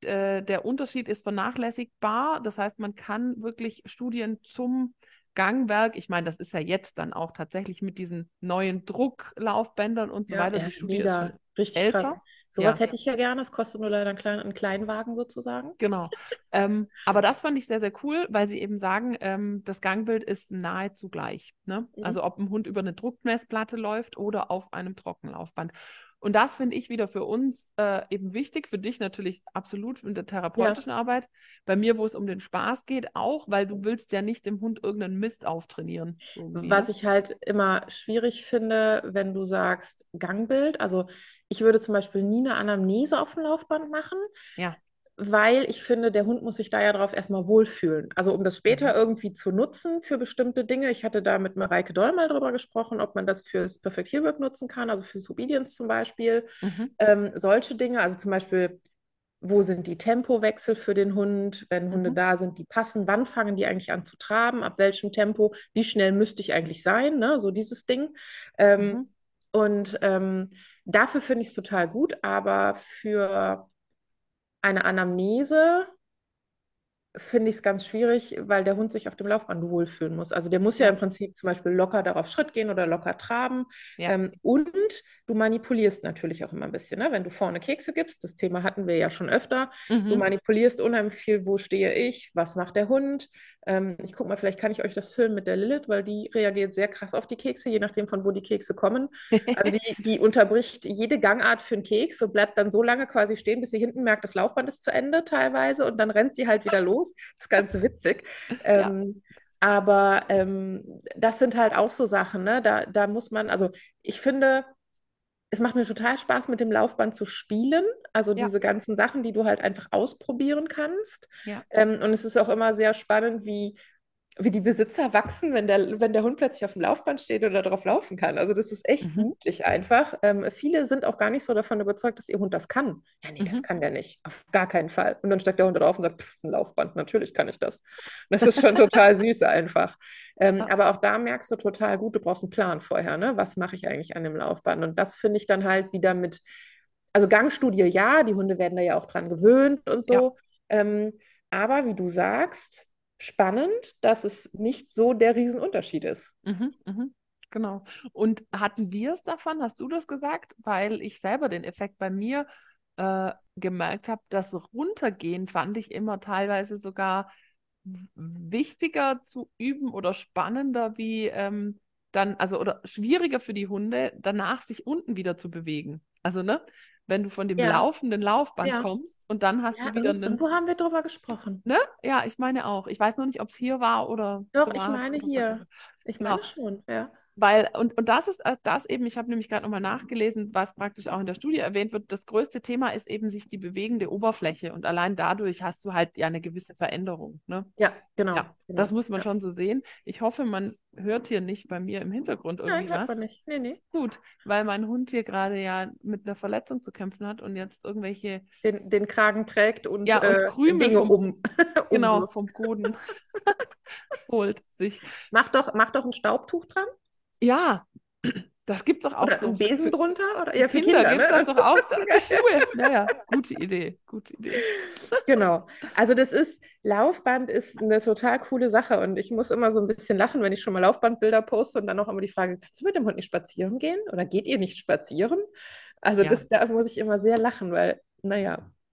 [SPEAKER 1] der Unterschied ist vernachlässigbar. Das heißt, man kann wirklich Studien zum Gangwerk, ich meine, das ist ja jetzt dann auch tatsächlich mit diesen neuen Drucklaufbändern und so
[SPEAKER 3] Ja,
[SPEAKER 1] weiter.
[SPEAKER 3] ja,
[SPEAKER 1] Die Studie ist schon
[SPEAKER 3] mega. Richtig krass.
[SPEAKER 1] älter.
[SPEAKER 3] Sowas
[SPEAKER 1] Ja,
[SPEAKER 3] hätte ich ja gerne. Es kostet nur leider einen Kleinwagen sozusagen.
[SPEAKER 1] genau. Aber das fand ich sehr, sehr cool, weil sie eben sagen, das Gangbild ist nahezu gleich. Ne?
[SPEAKER 3] Mhm.
[SPEAKER 1] Also ob ein Hund über eine Druckmessplatte läuft oder auf einem Trockenlaufband. Und das finde ich wieder für uns eben wichtig, für dich natürlich absolut in der
[SPEAKER 3] Ja.
[SPEAKER 1] therapeutischen Arbeit. Bei mir, wo es um den Spaß geht, auch, weil du willst ja nicht dem Hund irgendeinen Mist auftrainieren. Irgendwie,
[SPEAKER 3] Was
[SPEAKER 1] ne?
[SPEAKER 3] ich halt immer schwierig finde, wenn du sagst Gangbild, also ich würde zum Beispiel nie eine Anamnese auf dem Laufband machen,
[SPEAKER 1] Ja.
[SPEAKER 3] weil ich finde, der Hund muss sich da ja drauf erstmal wohlfühlen. Also um das später
[SPEAKER 1] Mhm.
[SPEAKER 3] irgendwie zu nutzen für bestimmte Dinge. Ich hatte da mit Mareike Doll mal drüber gesprochen, ob man das fürs Perfect Heelwork nutzen kann, also fürs Obedience zum Beispiel.
[SPEAKER 1] Mhm.
[SPEAKER 3] Solche Dinge, also zum Beispiel, wo sind die Tempowechsel für den Hund, wenn Hunde
[SPEAKER 1] Mhm.
[SPEAKER 3] da sind, die passen, wann fangen die eigentlich an zu traben, ab welchem Tempo, wie schnell müsste ich eigentlich sein, ne? So dieses Ding. Ähm,
[SPEAKER 1] Mhm.
[SPEAKER 3] und dafür finde ich es total gut, aber für eine Anamnese finde ich es ganz schwierig, weil der Hund sich auf dem Laufband wohlfühlen muss. Also der muss ja im
[SPEAKER 1] Ja.
[SPEAKER 3] Prinzip zum Beispiel locker darauf Schritt gehen oder locker traben.
[SPEAKER 1] Ja.
[SPEAKER 3] Und du manipulierst natürlich auch immer ein bisschen, ne? Wenn du vorne Kekse gibst, das Thema hatten wir ja schon öfter, du
[SPEAKER 1] Mhm.
[SPEAKER 3] manipulierst unheimlich viel, wo stehe ich, was macht der Hund. Ich gucke mal, vielleicht kann ich euch das filmen mit der Lilith, weil die reagiert sehr krass auf die Kekse, je nachdem, von wo die Kekse kommen. Also die unterbricht jede Gangart für einen Keks und bleibt dann so lange quasi stehen, bis sie hinten merkt, das Laufband ist zu Ende teilweise und dann rennt sie halt wieder los. Das ist ganz witzig.
[SPEAKER 1] Ja.
[SPEAKER 3] Aber das sind halt auch so Sachen, ne? Da muss man, also ich finde, es macht mir total Spaß, mit dem Laufband zu spielen. Also
[SPEAKER 1] Ja.
[SPEAKER 3] diese ganzen Sachen, die du halt einfach ausprobieren kannst.
[SPEAKER 1] Ja.
[SPEAKER 3] Und es ist auch immer sehr spannend, wie die Besitzer wachsen, wenn der Hund plötzlich auf dem Laufband steht oder drauf laufen kann. Also das ist echt
[SPEAKER 1] Mhm.
[SPEAKER 3] niedlich einfach. Viele sind auch gar nicht so davon überzeugt, dass ihr Hund das kann. Ja, nee, das
[SPEAKER 1] Mhm.
[SPEAKER 3] kann der nicht. Auf gar keinen Fall. Und dann steigt der Hund drauf und sagt, pff, ist ein Laufband, natürlich kann ich das. Und das ist schon total süß einfach.
[SPEAKER 1] Ja.
[SPEAKER 3] Aber auch da merkst du total gut, du brauchst einen Plan vorher, ne? Was mache ich eigentlich an dem Laufband? Und das finde ich dann halt wieder mit, also Gangstudie, ja, die Hunde werden da ja auch dran gewöhnt und
[SPEAKER 1] Ja.
[SPEAKER 3] so. Ähm, aber wie du sagst, spannend, dass es nicht so der Riesenunterschied ist.
[SPEAKER 1] Mhm, mhm, genau. Und hatten wir es davon? Hast du das gesagt? Weil ich selber den Effekt bei mir gemerkt habe, das Runtergehen fand ich immer teilweise sogar wichtiger zu üben oder spannender wie dann, also oder schwieriger für die Hunde, danach sich unten wieder zu bewegen. Also, ne, wenn du von dem
[SPEAKER 3] Ja,
[SPEAKER 1] laufenden Laufband
[SPEAKER 3] ja.
[SPEAKER 1] kommst und dann hast
[SPEAKER 3] Ja,
[SPEAKER 1] du wieder einen,
[SPEAKER 3] irgendwo haben wir drüber gesprochen.
[SPEAKER 1] ne? Ja, ich meine auch. Ich weiß nur nicht, ob es hier war oder
[SPEAKER 3] Doch, ich
[SPEAKER 1] privat
[SPEAKER 3] meine
[SPEAKER 1] oder whatever.
[SPEAKER 3] hier. Ich
[SPEAKER 1] Genau.
[SPEAKER 3] meine schon, ja.
[SPEAKER 1] Weil, und das ist das eben, ich habe nämlich gerade nochmal nachgelesen, was praktisch auch in der Studie erwähnt wird, das größte Thema ist eben sich die bewegende Oberfläche und allein dadurch hast du halt ja eine gewisse Veränderung. Ne?
[SPEAKER 3] Ja, genau,
[SPEAKER 1] Ja, das
[SPEAKER 3] genau.
[SPEAKER 1] muss man
[SPEAKER 3] Ja.
[SPEAKER 1] schon so sehen. Ich hoffe, man hört hier nicht bei mir im Hintergrund
[SPEAKER 3] Nein,
[SPEAKER 1] irgendwie
[SPEAKER 3] hört man
[SPEAKER 1] was.
[SPEAKER 3] nicht. Nee, nee.
[SPEAKER 1] Gut, weil mein Hund hier gerade ja mit einer Verletzung zu kämpfen hat und jetzt irgendwelche,
[SPEAKER 3] Den Kragen trägt und
[SPEAKER 1] ja, und Krümel
[SPEAKER 3] Dinge
[SPEAKER 1] genau,
[SPEAKER 3] umwirft.
[SPEAKER 1] vom Boden holt sich.
[SPEAKER 3] Mach doch ein Staubtuch dran.
[SPEAKER 1] Ja, das gibt es doch auch
[SPEAKER 3] Oder
[SPEAKER 1] so
[SPEAKER 3] einen Besen drunter. Oder, ja, für
[SPEAKER 1] Kinder
[SPEAKER 3] Kinder,
[SPEAKER 1] gibt es das
[SPEAKER 3] ne?
[SPEAKER 1] doch auch
[SPEAKER 3] So
[SPEAKER 1] für
[SPEAKER 3] geil.
[SPEAKER 1] Schuhe. Naja, gute Idee, gute Idee.
[SPEAKER 3] Genau. Also Laufband ist eine total coole Sache und ich muss immer so ein bisschen lachen, wenn ich schon mal Laufbandbilder poste und dann auch immer die Frage, kannst du mit dem Hund nicht spazieren gehen oder geht ihr nicht spazieren? Also
[SPEAKER 1] Ja,
[SPEAKER 3] da muss ich immer sehr lachen, weil, naja.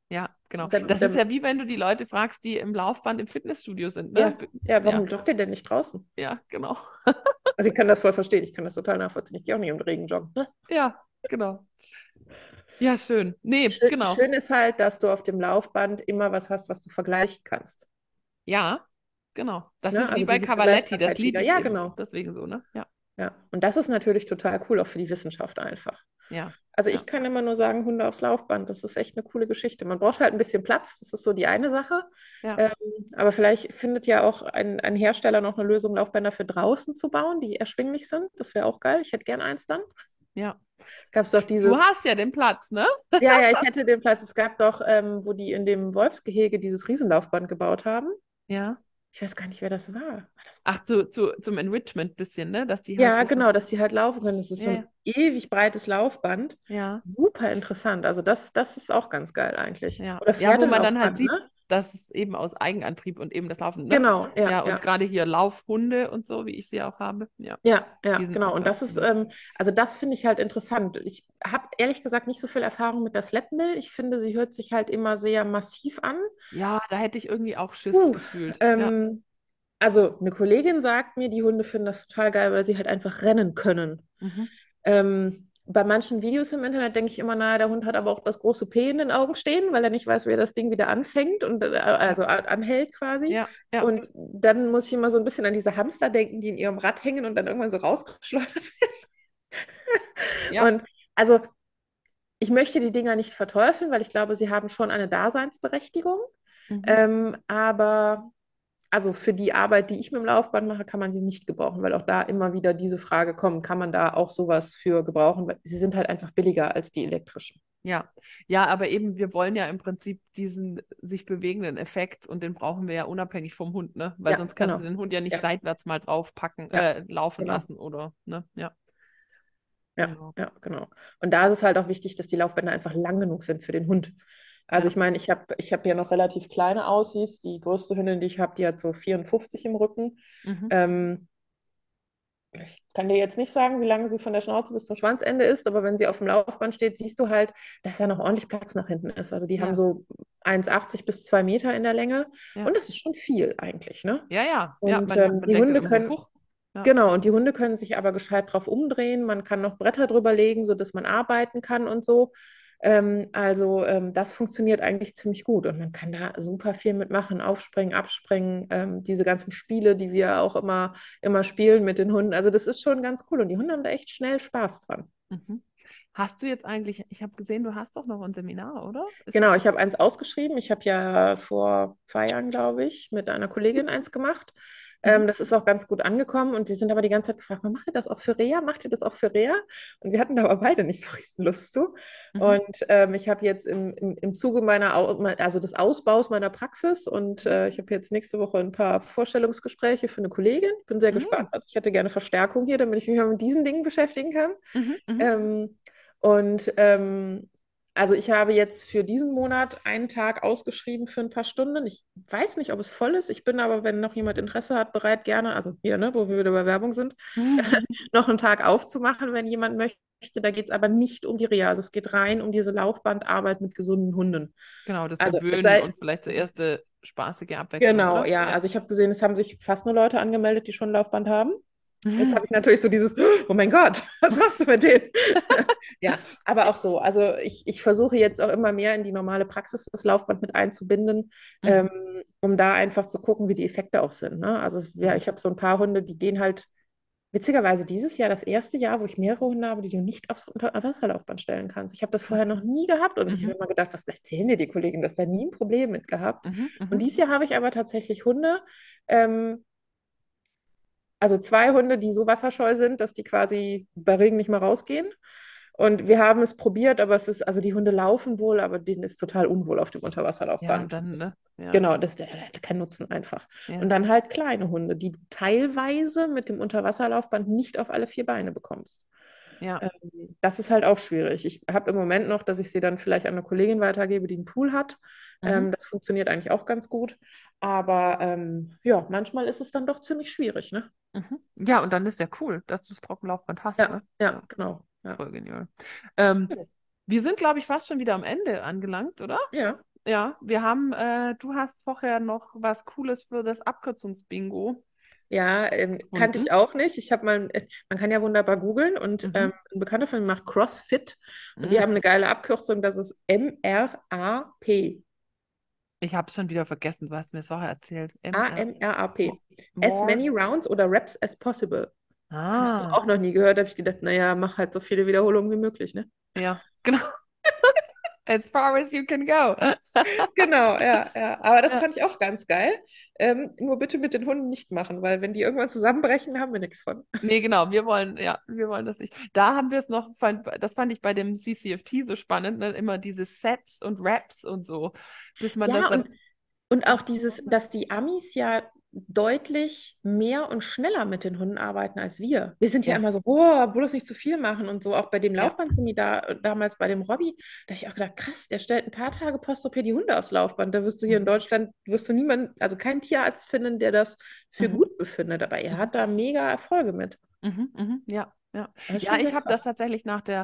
[SPEAKER 1] Ja, genau.
[SPEAKER 3] Dann,
[SPEAKER 1] Das ist
[SPEAKER 3] dann,
[SPEAKER 1] ja wie wenn du die Leute fragst, die im Laufband im Fitnessstudio sind, ne?
[SPEAKER 3] warum
[SPEAKER 1] Ja,
[SPEAKER 3] joggt ihr denn nicht draußen?
[SPEAKER 1] ja, genau.
[SPEAKER 3] Also ich kann das voll verstehen, ich kann das total nachvollziehen. Ich gehe auch nicht im Regen joggen.
[SPEAKER 1] Ja, genau. Ja, schön. Nee,
[SPEAKER 3] Schön,
[SPEAKER 1] genau.
[SPEAKER 3] schön ist halt, dass du auf dem Laufband immer was hast, was du vergleichen kannst.
[SPEAKER 1] Ja, genau. Das
[SPEAKER 3] Ne?
[SPEAKER 1] ist wie
[SPEAKER 3] Also
[SPEAKER 1] bei
[SPEAKER 3] diese
[SPEAKER 1] Cavaletti, das
[SPEAKER 3] Vergleichbarkeit
[SPEAKER 1] liebe
[SPEAKER 3] wieder.
[SPEAKER 1] ich
[SPEAKER 3] Ja,
[SPEAKER 1] eben.
[SPEAKER 3] genau.
[SPEAKER 1] Deswegen so, ne? Ja,
[SPEAKER 3] Ja. Und das ist natürlich total cool, auch für die Wissenschaft einfach.
[SPEAKER 1] ja,
[SPEAKER 3] Also
[SPEAKER 1] ja,
[SPEAKER 3] ich kann immer nur sagen, Hunde aufs Laufband, das ist echt eine coole Geschichte. Man braucht halt ein bisschen Platz, das ist so die eine Sache.
[SPEAKER 1] ja.
[SPEAKER 3] Ähm, aber vielleicht findet ja auch ein Hersteller noch eine Lösung, Laufbänder für draußen zu bauen, die erschwinglich sind. Das wäre auch geil. Ich hätte gern eins dann.
[SPEAKER 1] Ja.
[SPEAKER 3] Gab es doch
[SPEAKER 1] Du
[SPEAKER 3] dieses,
[SPEAKER 1] hast ja den Platz, ne?
[SPEAKER 3] ja, ja, ich hätte den Platz. Es gab doch, wo die in dem Wolfsgehege dieses Riesenlaufband gebaut haben.
[SPEAKER 1] Ja.
[SPEAKER 3] Ich weiß gar nicht, wer das war. War das
[SPEAKER 1] Ach, zum Enrichment bisschen, ne? Dass die halt
[SPEAKER 3] Ja,
[SPEAKER 1] sich
[SPEAKER 3] genau,
[SPEAKER 1] was.
[SPEAKER 3] dass die halt laufen können. Das ist
[SPEAKER 1] Ja,
[SPEAKER 3] so
[SPEAKER 1] ja,
[SPEAKER 3] ein ewig breites Laufband.
[SPEAKER 1] ja,
[SPEAKER 3] Super interessant. Also das ist auch ganz geil eigentlich.
[SPEAKER 1] ja.
[SPEAKER 3] Oder
[SPEAKER 1] Ja, wo man dann halt
[SPEAKER 3] Pferdelaufband,
[SPEAKER 1] sieht,
[SPEAKER 3] ne?
[SPEAKER 1] dass es eben aus Eigenantrieb und eben das Laufen, ne?
[SPEAKER 3] Genau, ja,
[SPEAKER 1] Ja, und
[SPEAKER 3] ja.
[SPEAKER 1] gerade hier Laufhunde und so, wie ich sie auch habe. Ja,
[SPEAKER 3] Ja, ja,
[SPEAKER 1] die sind
[SPEAKER 3] genau.
[SPEAKER 1] auch
[SPEAKER 3] Und
[SPEAKER 1] ganz
[SPEAKER 3] das ist,
[SPEAKER 1] cool.
[SPEAKER 3] also das finde ich halt interessant. Ich habe ehrlich gesagt nicht so viel Erfahrung mit der Sled Mill. Ich finde, sie hört sich halt immer sehr massiv an.
[SPEAKER 1] Ja, da hätte ich irgendwie auch Schiss
[SPEAKER 3] Puh,
[SPEAKER 1] gefühlt. Ja.
[SPEAKER 3] ähm, also eine Kollegin sagt mir, die Hunde finden das total geil, weil sie halt einfach rennen können.
[SPEAKER 1] Mhm.
[SPEAKER 3] Bei manchen Videos im Internet denke ich immer, naja, der Hund hat aber auch das große P in den Augen stehen, weil er nicht weiß, wie er das Ding wieder anfängt und
[SPEAKER 1] Ja,
[SPEAKER 3] also anhält quasi.
[SPEAKER 1] ja, ja,
[SPEAKER 3] Und dann muss ich immer so ein bisschen an diese Hamster denken, die in ihrem Rad hängen und dann irgendwann so rausgeschleudert werden.
[SPEAKER 1] ja.
[SPEAKER 3] Und also ich möchte die Dinger nicht verteufeln, weil ich glaube, sie haben schon eine Daseinsberechtigung.
[SPEAKER 1] Mhm.
[SPEAKER 3] Aber also für die Arbeit, die ich mit dem Laufband mache, kann man sie nicht gebrauchen, weil auch da immer wieder diese Frage kommt, kann man da auch sowas für gebrauchen? Weil sie sind halt einfach billiger als die elektrischen.
[SPEAKER 1] Ja, ja, aber eben, wir wollen ja im Prinzip diesen sich bewegenden Effekt und den brauchen wir ja unabhängig vom Hund, ne? Weil
[SPEAKER 3] Ja,
[SPEAKER 1] sonst kannst du
[SPEAKER 3] genau.
[SPEAKER 1] den Hund ja nicht
[SPEAKER 3] Ja,
[SPEAKER 1] seitwärts mal draufpacken,
[SPEAKER 3] ja,
[SPEAKER 1] laufen
[SPEAKER 3] genau.
[SPEAKER 1] lassen oder, ne? Ja,
[SPEAKER 3] Ja,
[SPEAKER 1] genau.
[SPEAKER 3] ja, genau. Und da ist es halt auch wichtig, dass die Laufbänder einfach lang genug sind für den Hund. Also
[SPEAKER 1] Ja.
[SPEAKER 3] ich meine, ich hab ja noch relativ kleine Aussies. Die größte Hündin, die ich habe, die hat so 54 im Rücken.
[SPEAKER 1] Mhm.
[SPEAKER 3] Ähm, Ich kann dir jetzt nicht sagen, wie lange sie von der Schnauze bis zum Schwanzende ist, aber wenn sie auf dem Laufband steht, siehst du halt, dass da noch ordentlich Platz nach hinten ist. Also die haben
[SPEAKER 1] Ja,
[SPEAKER 3] so 1,80 bis 2 Meter in der Länge
[SPEAKER 1] ja.
[SPEAKER 3] und das ist schon viel eigentlich, ne?
[SPEAKER 1] Ja, ja, ja,
[SPEAKER 3] Und
[SPEAKER 1] man
[SPEAKER 3] die
[SPEAKER 1] denkt dann
[SPEAKER 3] Hunde
[SPEAKER 1] immer so,
[SPEAKER 3] können,
[SPEAKER 1] huch. Ja.
[SPEAKER 3] genau, und die Hunde können sich aber gescheit drauf umdrehen. Man kann noch Bretter drüber legen, sodass man arbeiten kann und so. Das funktioniert eigentlich ziemlich gut und man kann da super viel mitmachen, aufspringen, abspringen, diese ganzen Spiele, die wir auch immer spielen mit den Hunden. Also das ist schon ganz cool und die Hunde haben da echt schnell Spaß dran.
[SPEAKER 1] Mhm. Hast du jetzt eigentlich, ich habe gesehen, du hast doch noch ein Seminar, oder? Ist
[SPEAKER 3] Genau,
[SPEAKER 1] das?
[SPEAKER 3] ich habe eins ausgeschrieben. Ich habe ja vor 2 Jahren, glaube ich, mit einer Kollegin eins gemacht.
[SPEAKER 1] Mhm.
[SPEAKER 3] Das ist auch ganz gut angekommen und wir sind aber die ganze Zeit gefragt, macht ihr das auch für Reha? Macht ihr das auch für Reha? Und wir hatten da aber beide nicht so riesen Lust zu.
[SPEAKER 1] Mhm.
[SPEAKER 3] Und ich habe jetzt im Zuge also des Ausbaus meiner Praxis und ich habe jetzt nächste Woche ein paar Vorstellungsgespräche für eine Kollegin. Bin sehr gespannt.
[SPEAKER 1] Mhm.
[SPEAKER 3] Also ich hätte gerne Verstärkung hier, damit ich mich mal mit diesen Dingen beschäftigen kann.
[SPEAKER 1] Mhm. Mhm.
[SPEAKER 3] Ähm, und also ich habe jetzt für diesen Monat einen Tag ausgeschrieben für ein paar Stunden. Ich weiß nicht, ob es voll ist. Ich bin aber, wenn noch jemand Interesse hat, bereit gerne, also hier, ne, wo wir wieder bei Werbung sind, noch einen Tag aufzumachen, wenn jemand möchte. Da geht es aber nicht um die Reha. Also es geht rein um diese Laufbandarbeit mit gesunden Hunden.
[SPEAKER 1] Genau, das
[SPEAKER 3] Also es
[SPEAKER 1] Gewöhnen
[SPEAKER 3] sei,
[SPEAKER 1] und vielleicht so erste spaßige Abwechslung,
[SPEAKER 3] genau,
[SPEAKER 1] oder?
[SPEAKER 3] ja.
[SPEAKER 1] Ja.
[SPEAKER 3] Also ich habe gesehen, es haben sich fast nur Leute angemeldet, die schon ein Laufband haben. Jetzt habe ich natürlich so dieses, oh mein Gott, was machst du mit denen? Ja, aber auch so. Also ich versuche jetzt auch immer mehr in die normale Praxis das Laufband mit einzubinden,
[SPEAKER 1] Mhm.
[SPEAKER 3] um da einfach zu gucken, wie die Effekte auch sind. Ne? Also ja,
[SPEAKER 1] Mhm.
[SPEAKER 3] ich habe so ein paar Hunde, die gehen halt, witzigerweise dieses Jahr das erste Jahr, wo ich mehrere Hunde habe, die du nicht aufs Wasserlaufband stellen kannst. Ich habe das vorher
[SPEAKER 1] Krass.
[SPEAKER 3] noch nie gehabt und ich habe
[SPEAKER 1] Mhm.
[SPEAKER 3] immer gedacht, was erzählen dir die Kollegen, dass da nie ein Problem mit gehabt.
[SPEAKER 1] Mhm.
[SPEAKER 3] Und
[SPEAKER 1] Mhm.
[SPEAKER 3] dieses Jahr habe ich aber tatsächlich Hunde, ähm, also 2 Hunde, die so wasserscheu sind, dass die quasi bei Regen nicht mehr rausgehen. Und wir haben es probiert, aber es ist, also die Hunde laufen wohl, aber denen ist total unwohl auf dem
[SPEAKER 1] Ja,
[SPEAKER 3] Unterwasserlaufband.
[SPEAKER 1] dann, ne? Ja,
[SPEAKER 3] Genau, der hat keinen Nutzen einfach. Und
[SPEAKER 1] ja,
[SPEAKER 3] dann halt kleine Hunde, die du teilweise mit dem Unterwasserlaufband nicht auf alle 4 Beine bekommst.
[SPEAKER 1] ja.
[SPEAKER 3] Das ist halt auch schwierig. Ich habe im Moment noch, dass ich sie dann vielleicht an eine Kollegin weitergebe, die einen Pool hat.
[SPEAKER 1] Mhm.
[SPEAKER 3] Das funktioniert eigentlich auch ganz gut. Aber ja, manchmal ist es dann doch ziemlich schwierig, ne?
[SPEAKER 1] Mhm. Ja, und dann ist ja cool, dass du das Trockenlaufband hast,
[SPEAKER 3] Ja,
[SPEAKER 1] ne?
[SPEAKER 3] ja,
[SPEAKER 1] Ja,
[SPEAKER 3] genau. Ja.
[SPEAKER 1] voll genial. Ähm, wir sind, glaube ich, fast schon wieder am Ende angelangt, oder?
[SPEAKER 3] Ja.
[SPEAKER 1] Ja, du hast vorher noch was Cooles für das Abkürzungsbingo
[SPEAKER 3] Ja, kannte ich
[SPEAKER 1] gefunden.
[SPEAKER 3] auch nicht. Ich habe mal, man kann ja wunderbar googeln und
[SPEAKER 1] Mhm.
[SPEAKER 3] ein Bekannter von mir macht CrossFit und die
[SPEAKER 1] Mhm.
[SPEAKER 3] haben eine geile Abkürzung, das ist MRAP.
[SPEAKER 1] Ich habe schon wieder vergessen, was mir es vorher erzählt.
[SPEAKER 3] AMRAP. As
[SPEAKER 1] More.
[SPEAKER 3] many rounds oder reps as possible. Habe ich so
[SPEAKER 1] Ah,
[SPEAKER 3] auch noch nie gehört. Habe ich gedacht, naja, mach halt so viele Wiederholungen wie möglich, ne?
[SPEAKER 1] ja, genau. As far as you can go.
[SPEAKER 3] Genau, ja, ja. Aber das
[SPEAKER 1] Ja.
[SPEAKER 3] fand ich auch ganz geil. Nur bitte mit den Hunden nicht machen, weil wenn die irgendwann zusammenbrechen, haben wir nichts von.
[SPEAKER 1] Nee, genau, wir wollen das nicht. Da haben wir es noch, das fand ich bei dem CCFT so spannend, ne? Immer diese Sets und Raps und so, bis man das
[SPEAKER 3] Ja,
[SPEAKER 1] dann
[SPEAKER 3] und auch
[SPEAKER 1] auch
[SPEAKER 3] dieses,
[SPEAKER 1] gewonnen hat.
[SPEAKER 3] dass die Amis ja deutlich mehr und schneller mit den Hunden arbeiten als wir. Wir sind ja
[SPEAKER 1] Ja,
[SPEAKER 3] immer so, oh, bloß nicht zu viel machen und so. Auch bei dem
[SPEAKER 1] ja.
[SPEAKER 3] Laufband-Semi damals bei dem Robby, da habe ich auch gedacht, krass, der stellt ein paar Tage Post-OP die Hunde aufs Laufband. Da wirst du hier in
[SPEAKER 1] Mhm.
[SPEAKER 3] Deutschland, wirst du niemanden, also keinen Tierarzt finden, der das für
[SPEAKER 1] Mhm.
[SPEAKER 3] gut befindet. Aber er
[SPEAKER 1] Mhm.
[SPEAKER 3] hat da mega Erfolge mit.
[SPEAKER 1] Ja, ja.
[SPEAKER 3] Das ist
[SPEAKER 1] Ja,
[SPEAKER 3] schon
[SPEAKER 1] ich
[SPEAKER 3] sehr
[SPEAKER 1] habe das
[SPEAKER 3] krass.
[SPEAKER 1] tatsächlich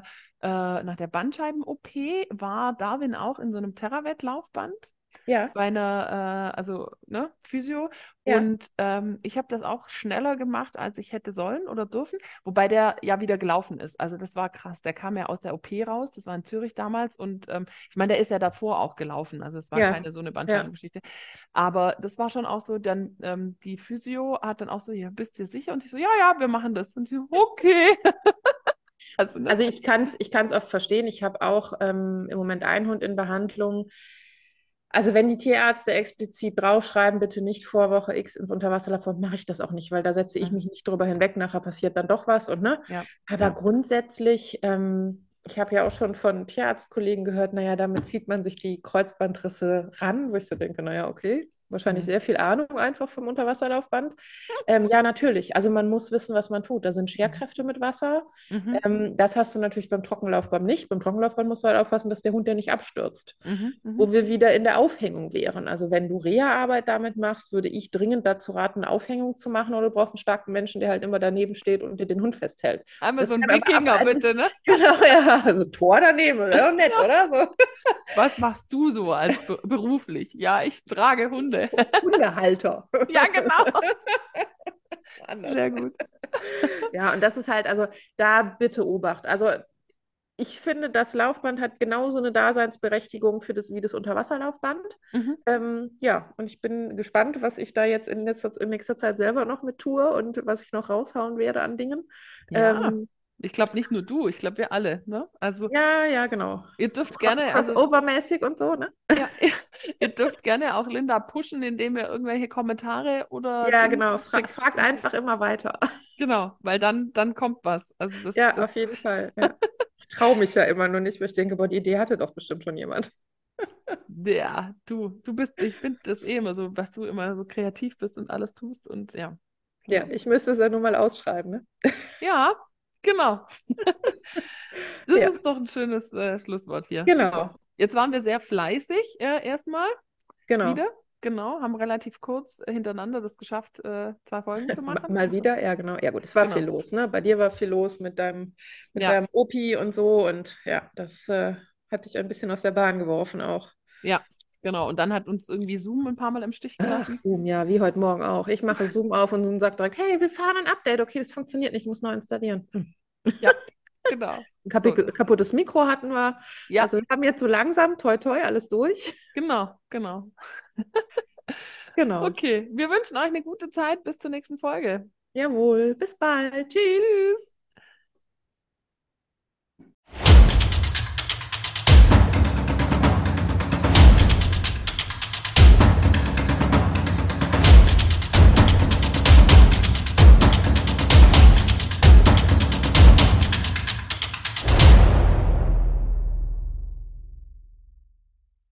[SPEAKER 1] nach der Bandscheiben-OP, war Darwin auch in so einem Theravet-Laufband
[SPEAKER 3] Ja,
[SPEAKER 1] bei einer, also ne, Physio.
[SPEAKER 3] ja,
[SPEAKER 1] Und ich habe das auch schneller gemacht, als ich hätte sollen oder dürfen, wobei der ja wieder gelaufen ist. Also das war krass. Der kam ja aus der OP raus, das war in Zürich damals. Und ich meine, der ist ja davor auch gelaufen. Also es war
[SPEAKER 3] ja,
[SPEAKER 1] keine so eine
[SPEAKER 3] ja.
[SPEAKER 1] Bandscheibengeschichte. Aber das war schon auch so, dann die Physio hat dann auch so, ja, bist du sicher? Und ich so, ja, ja, wir machen das. Und ich so, okay. Also, ne?
[SPEAKER 3] Also ich kann's oft verstehen. Ich habe auch im Moment einen Hund in Behandlung. Also wenn die Tierärzte explizit draufschreiben, bitte nicht vor Woche X ins Unterwasserlabor, mache ich das auch nicht, weil da setze ich
[SPEAKER 1] Mhm.
[SPEAKER 3] mich nicht drüber hinweg. Nachher passiert dann doch was und ne.
[SPEAKER 1] Ja,
[SPEAKER 3] Aber
[SPEAKER 1] ja.
[SPEAKER 3] grundsätzlich, ich habe ja auch schon von Tierarztkollegen gehört, naja, damit zieht man sich die Kreuzbandrisse ran, wo ich so denke, naja, okay, wahrscheinlich
[SPEAKER 1] Mhm.
[SPEAKER 3] sehr viel Ahnung einfach vom Unterwasserlaufband. Ja, natürlich. Also man muss wissen, was man tut. Da sind
[SPEAKER 1] Mhm.
[SPEAKER 3] Scherkräfte mit Wasser.
[SPEAKER 1] Mhm.
[SPEAKER 3] Das hast du natürlich beim Trockenlaufband nicht. Beim Trockenlaufband musst du halt aufpassen, dass der Hund ja nicht abstürzt.
[SPEAKER 1] Mhm. Mhm.
[SPEAKER 3] Wo wir wieder in der Aufhängung wären. Also wenn du Reha-Arbeit damit machst, würde ich dringend dazu raten, eine Aufhängung zu machen oder du brauchst einen starken Menschen, der halt immer daneben steht und dir den Hund festhält.
[SPEAKER 1] Einmal
[SPEAKER 3] Das
[SPEAKER 1] so ein
[SPEAKER 3] kann aber ab
[SPEAKER 1] Wikinger,
[SPEAKER 3] einem,
[SPEAKER 1] bitte, ne?
[SPEAKER 3] genau, ja, also Tor daneben, wäre doch nett,
[SPEAKER 1] Ja.
[SPEAKER 3] oder? So.
[SPEAKER 1] Was machst du so als beruflich? Ja, ich trage Hunde.
[SPEAKER 3] Hundehalter.
[SPEAKER 1] Ja, genau.
[SPEAKER 3] Anders.
[SPEAKER 1] Sehr gut.
[SPEAKER 3] Ja, und das ist halt, also da bitte Obacht. Also ich finde, das Laufband hat genauso eine Daseinsberechtigung für das, wie das Unterwasserlaufband.
[SPEAKER 1] Mhm.
[SPEAKER 3] Ja, und ich bin gespannt, was ich da jetzt in nächster Zeit selber noch mit tue und was ich noch raushauen werde an Dingen.
[SPEAKER 1] Ja,
[SPEAKER 3] Ähm,
[SPEAKER 1] ich glaube nicht nur du, ich glaube wir alle, ne? Also
[SPEAKER 3] ja, ja, genau.
[SPEAKER 1] ihr dürft gerne, also
[SPEAKER 3] Crossover-mäßig und so, ne?
[SPEAKER 1] ja, ihr dürft gerne auch Linda pushen, indem ihr irgendwelche Kommentare oder
[SPEAKER 3] Ja,
[SPEAKER 1] Dings
[SPEAKER 3] genau.
[SPEAKER 1] schickt
[SPEAKER 3] Fragt
[SPEAKER 1] und so.
[SPEAKER 3] einfach immer weiter.
[SPEAKER 1] Genau, weil dann kommt was. Also
[SPEAKER 3] Ja, auf jeden Fall. Ja. Ich traue mich ja immer nur nicht, weil ich denke, boah, die Idee hatte doch bestimmt schon jemand.
[SPEAKER 1] ja, du bist, ich finde das eh immer so, was du immer so kreativ bist und alles tust und ja,
[SPEAKER 3] Ja,
[SPEAKER 1] genau.
[SPEAKER 3] ich müsste es ja nur mal ausschreiben, ne?
[SPEAKER 1] Ja, genau. Das
[SPEAKER 3] Ja,
[SPEAKER 1] ist doch ein schönes Schlusswort hier. So,
[SPEAKER 3] genau.
[SPEAKER 1] jetzt waren wir sehr fleißig erstmal
[SPEAKER 3] Genau.
[SPEAKER 1] wieder. Genau, haben relativ kurz hintereinander das geschafft, 2 Folgen zu machen.
[SPEAKER 3] Mal wieder, ja, genau. Ja, gut, es war viel
[SPEAKER 1] Genau.
[SPEAKER 3] los, ne? Bei dir war viel los mit
[SPEAKER 1] Ja,
[SPEAKER 3] deinem Opi und so und ja, das hat dich ein bisschen aus der Bahn geworfen auch.
[SPEAKER 1] ja, genau. Und dann hat uns irgendwie Zoom ein paar Mal im Stich
[SPEAKER 3] Ach,
[SPEAKER 1] gelassen.
[SPEAKER 3] Zoom, ja, wie heute Morgen auch. Ich mache Zoom auf und Zoom sagt direkt, hey, wir fahren ein Update. Okay, das funktioniert nicht, ich muss neu installieren.
[SPEAKER 1] Ja, genau.
[SPEAKER 3] Ein
[SPEAKER 1] So, das ist.
[SPEAKER 3] kaputtes Mikro hatten wir.
[SPEAKER 1] Ja,
[SPEAKER 3] Also wir haben jetzt so langsam, toi, toi, alles durch.
[SPEAKER 1] genau, genau.
[SPEAKER 3] Genau.
[SPEAKER 1] Okay, wir wünschen euch eine gute Zeit. Bis zur nächsten Folge.
[SPEAKER 3] Jawohl, bis bald. Tschüss.
[SPEAKER 1] Tschüss.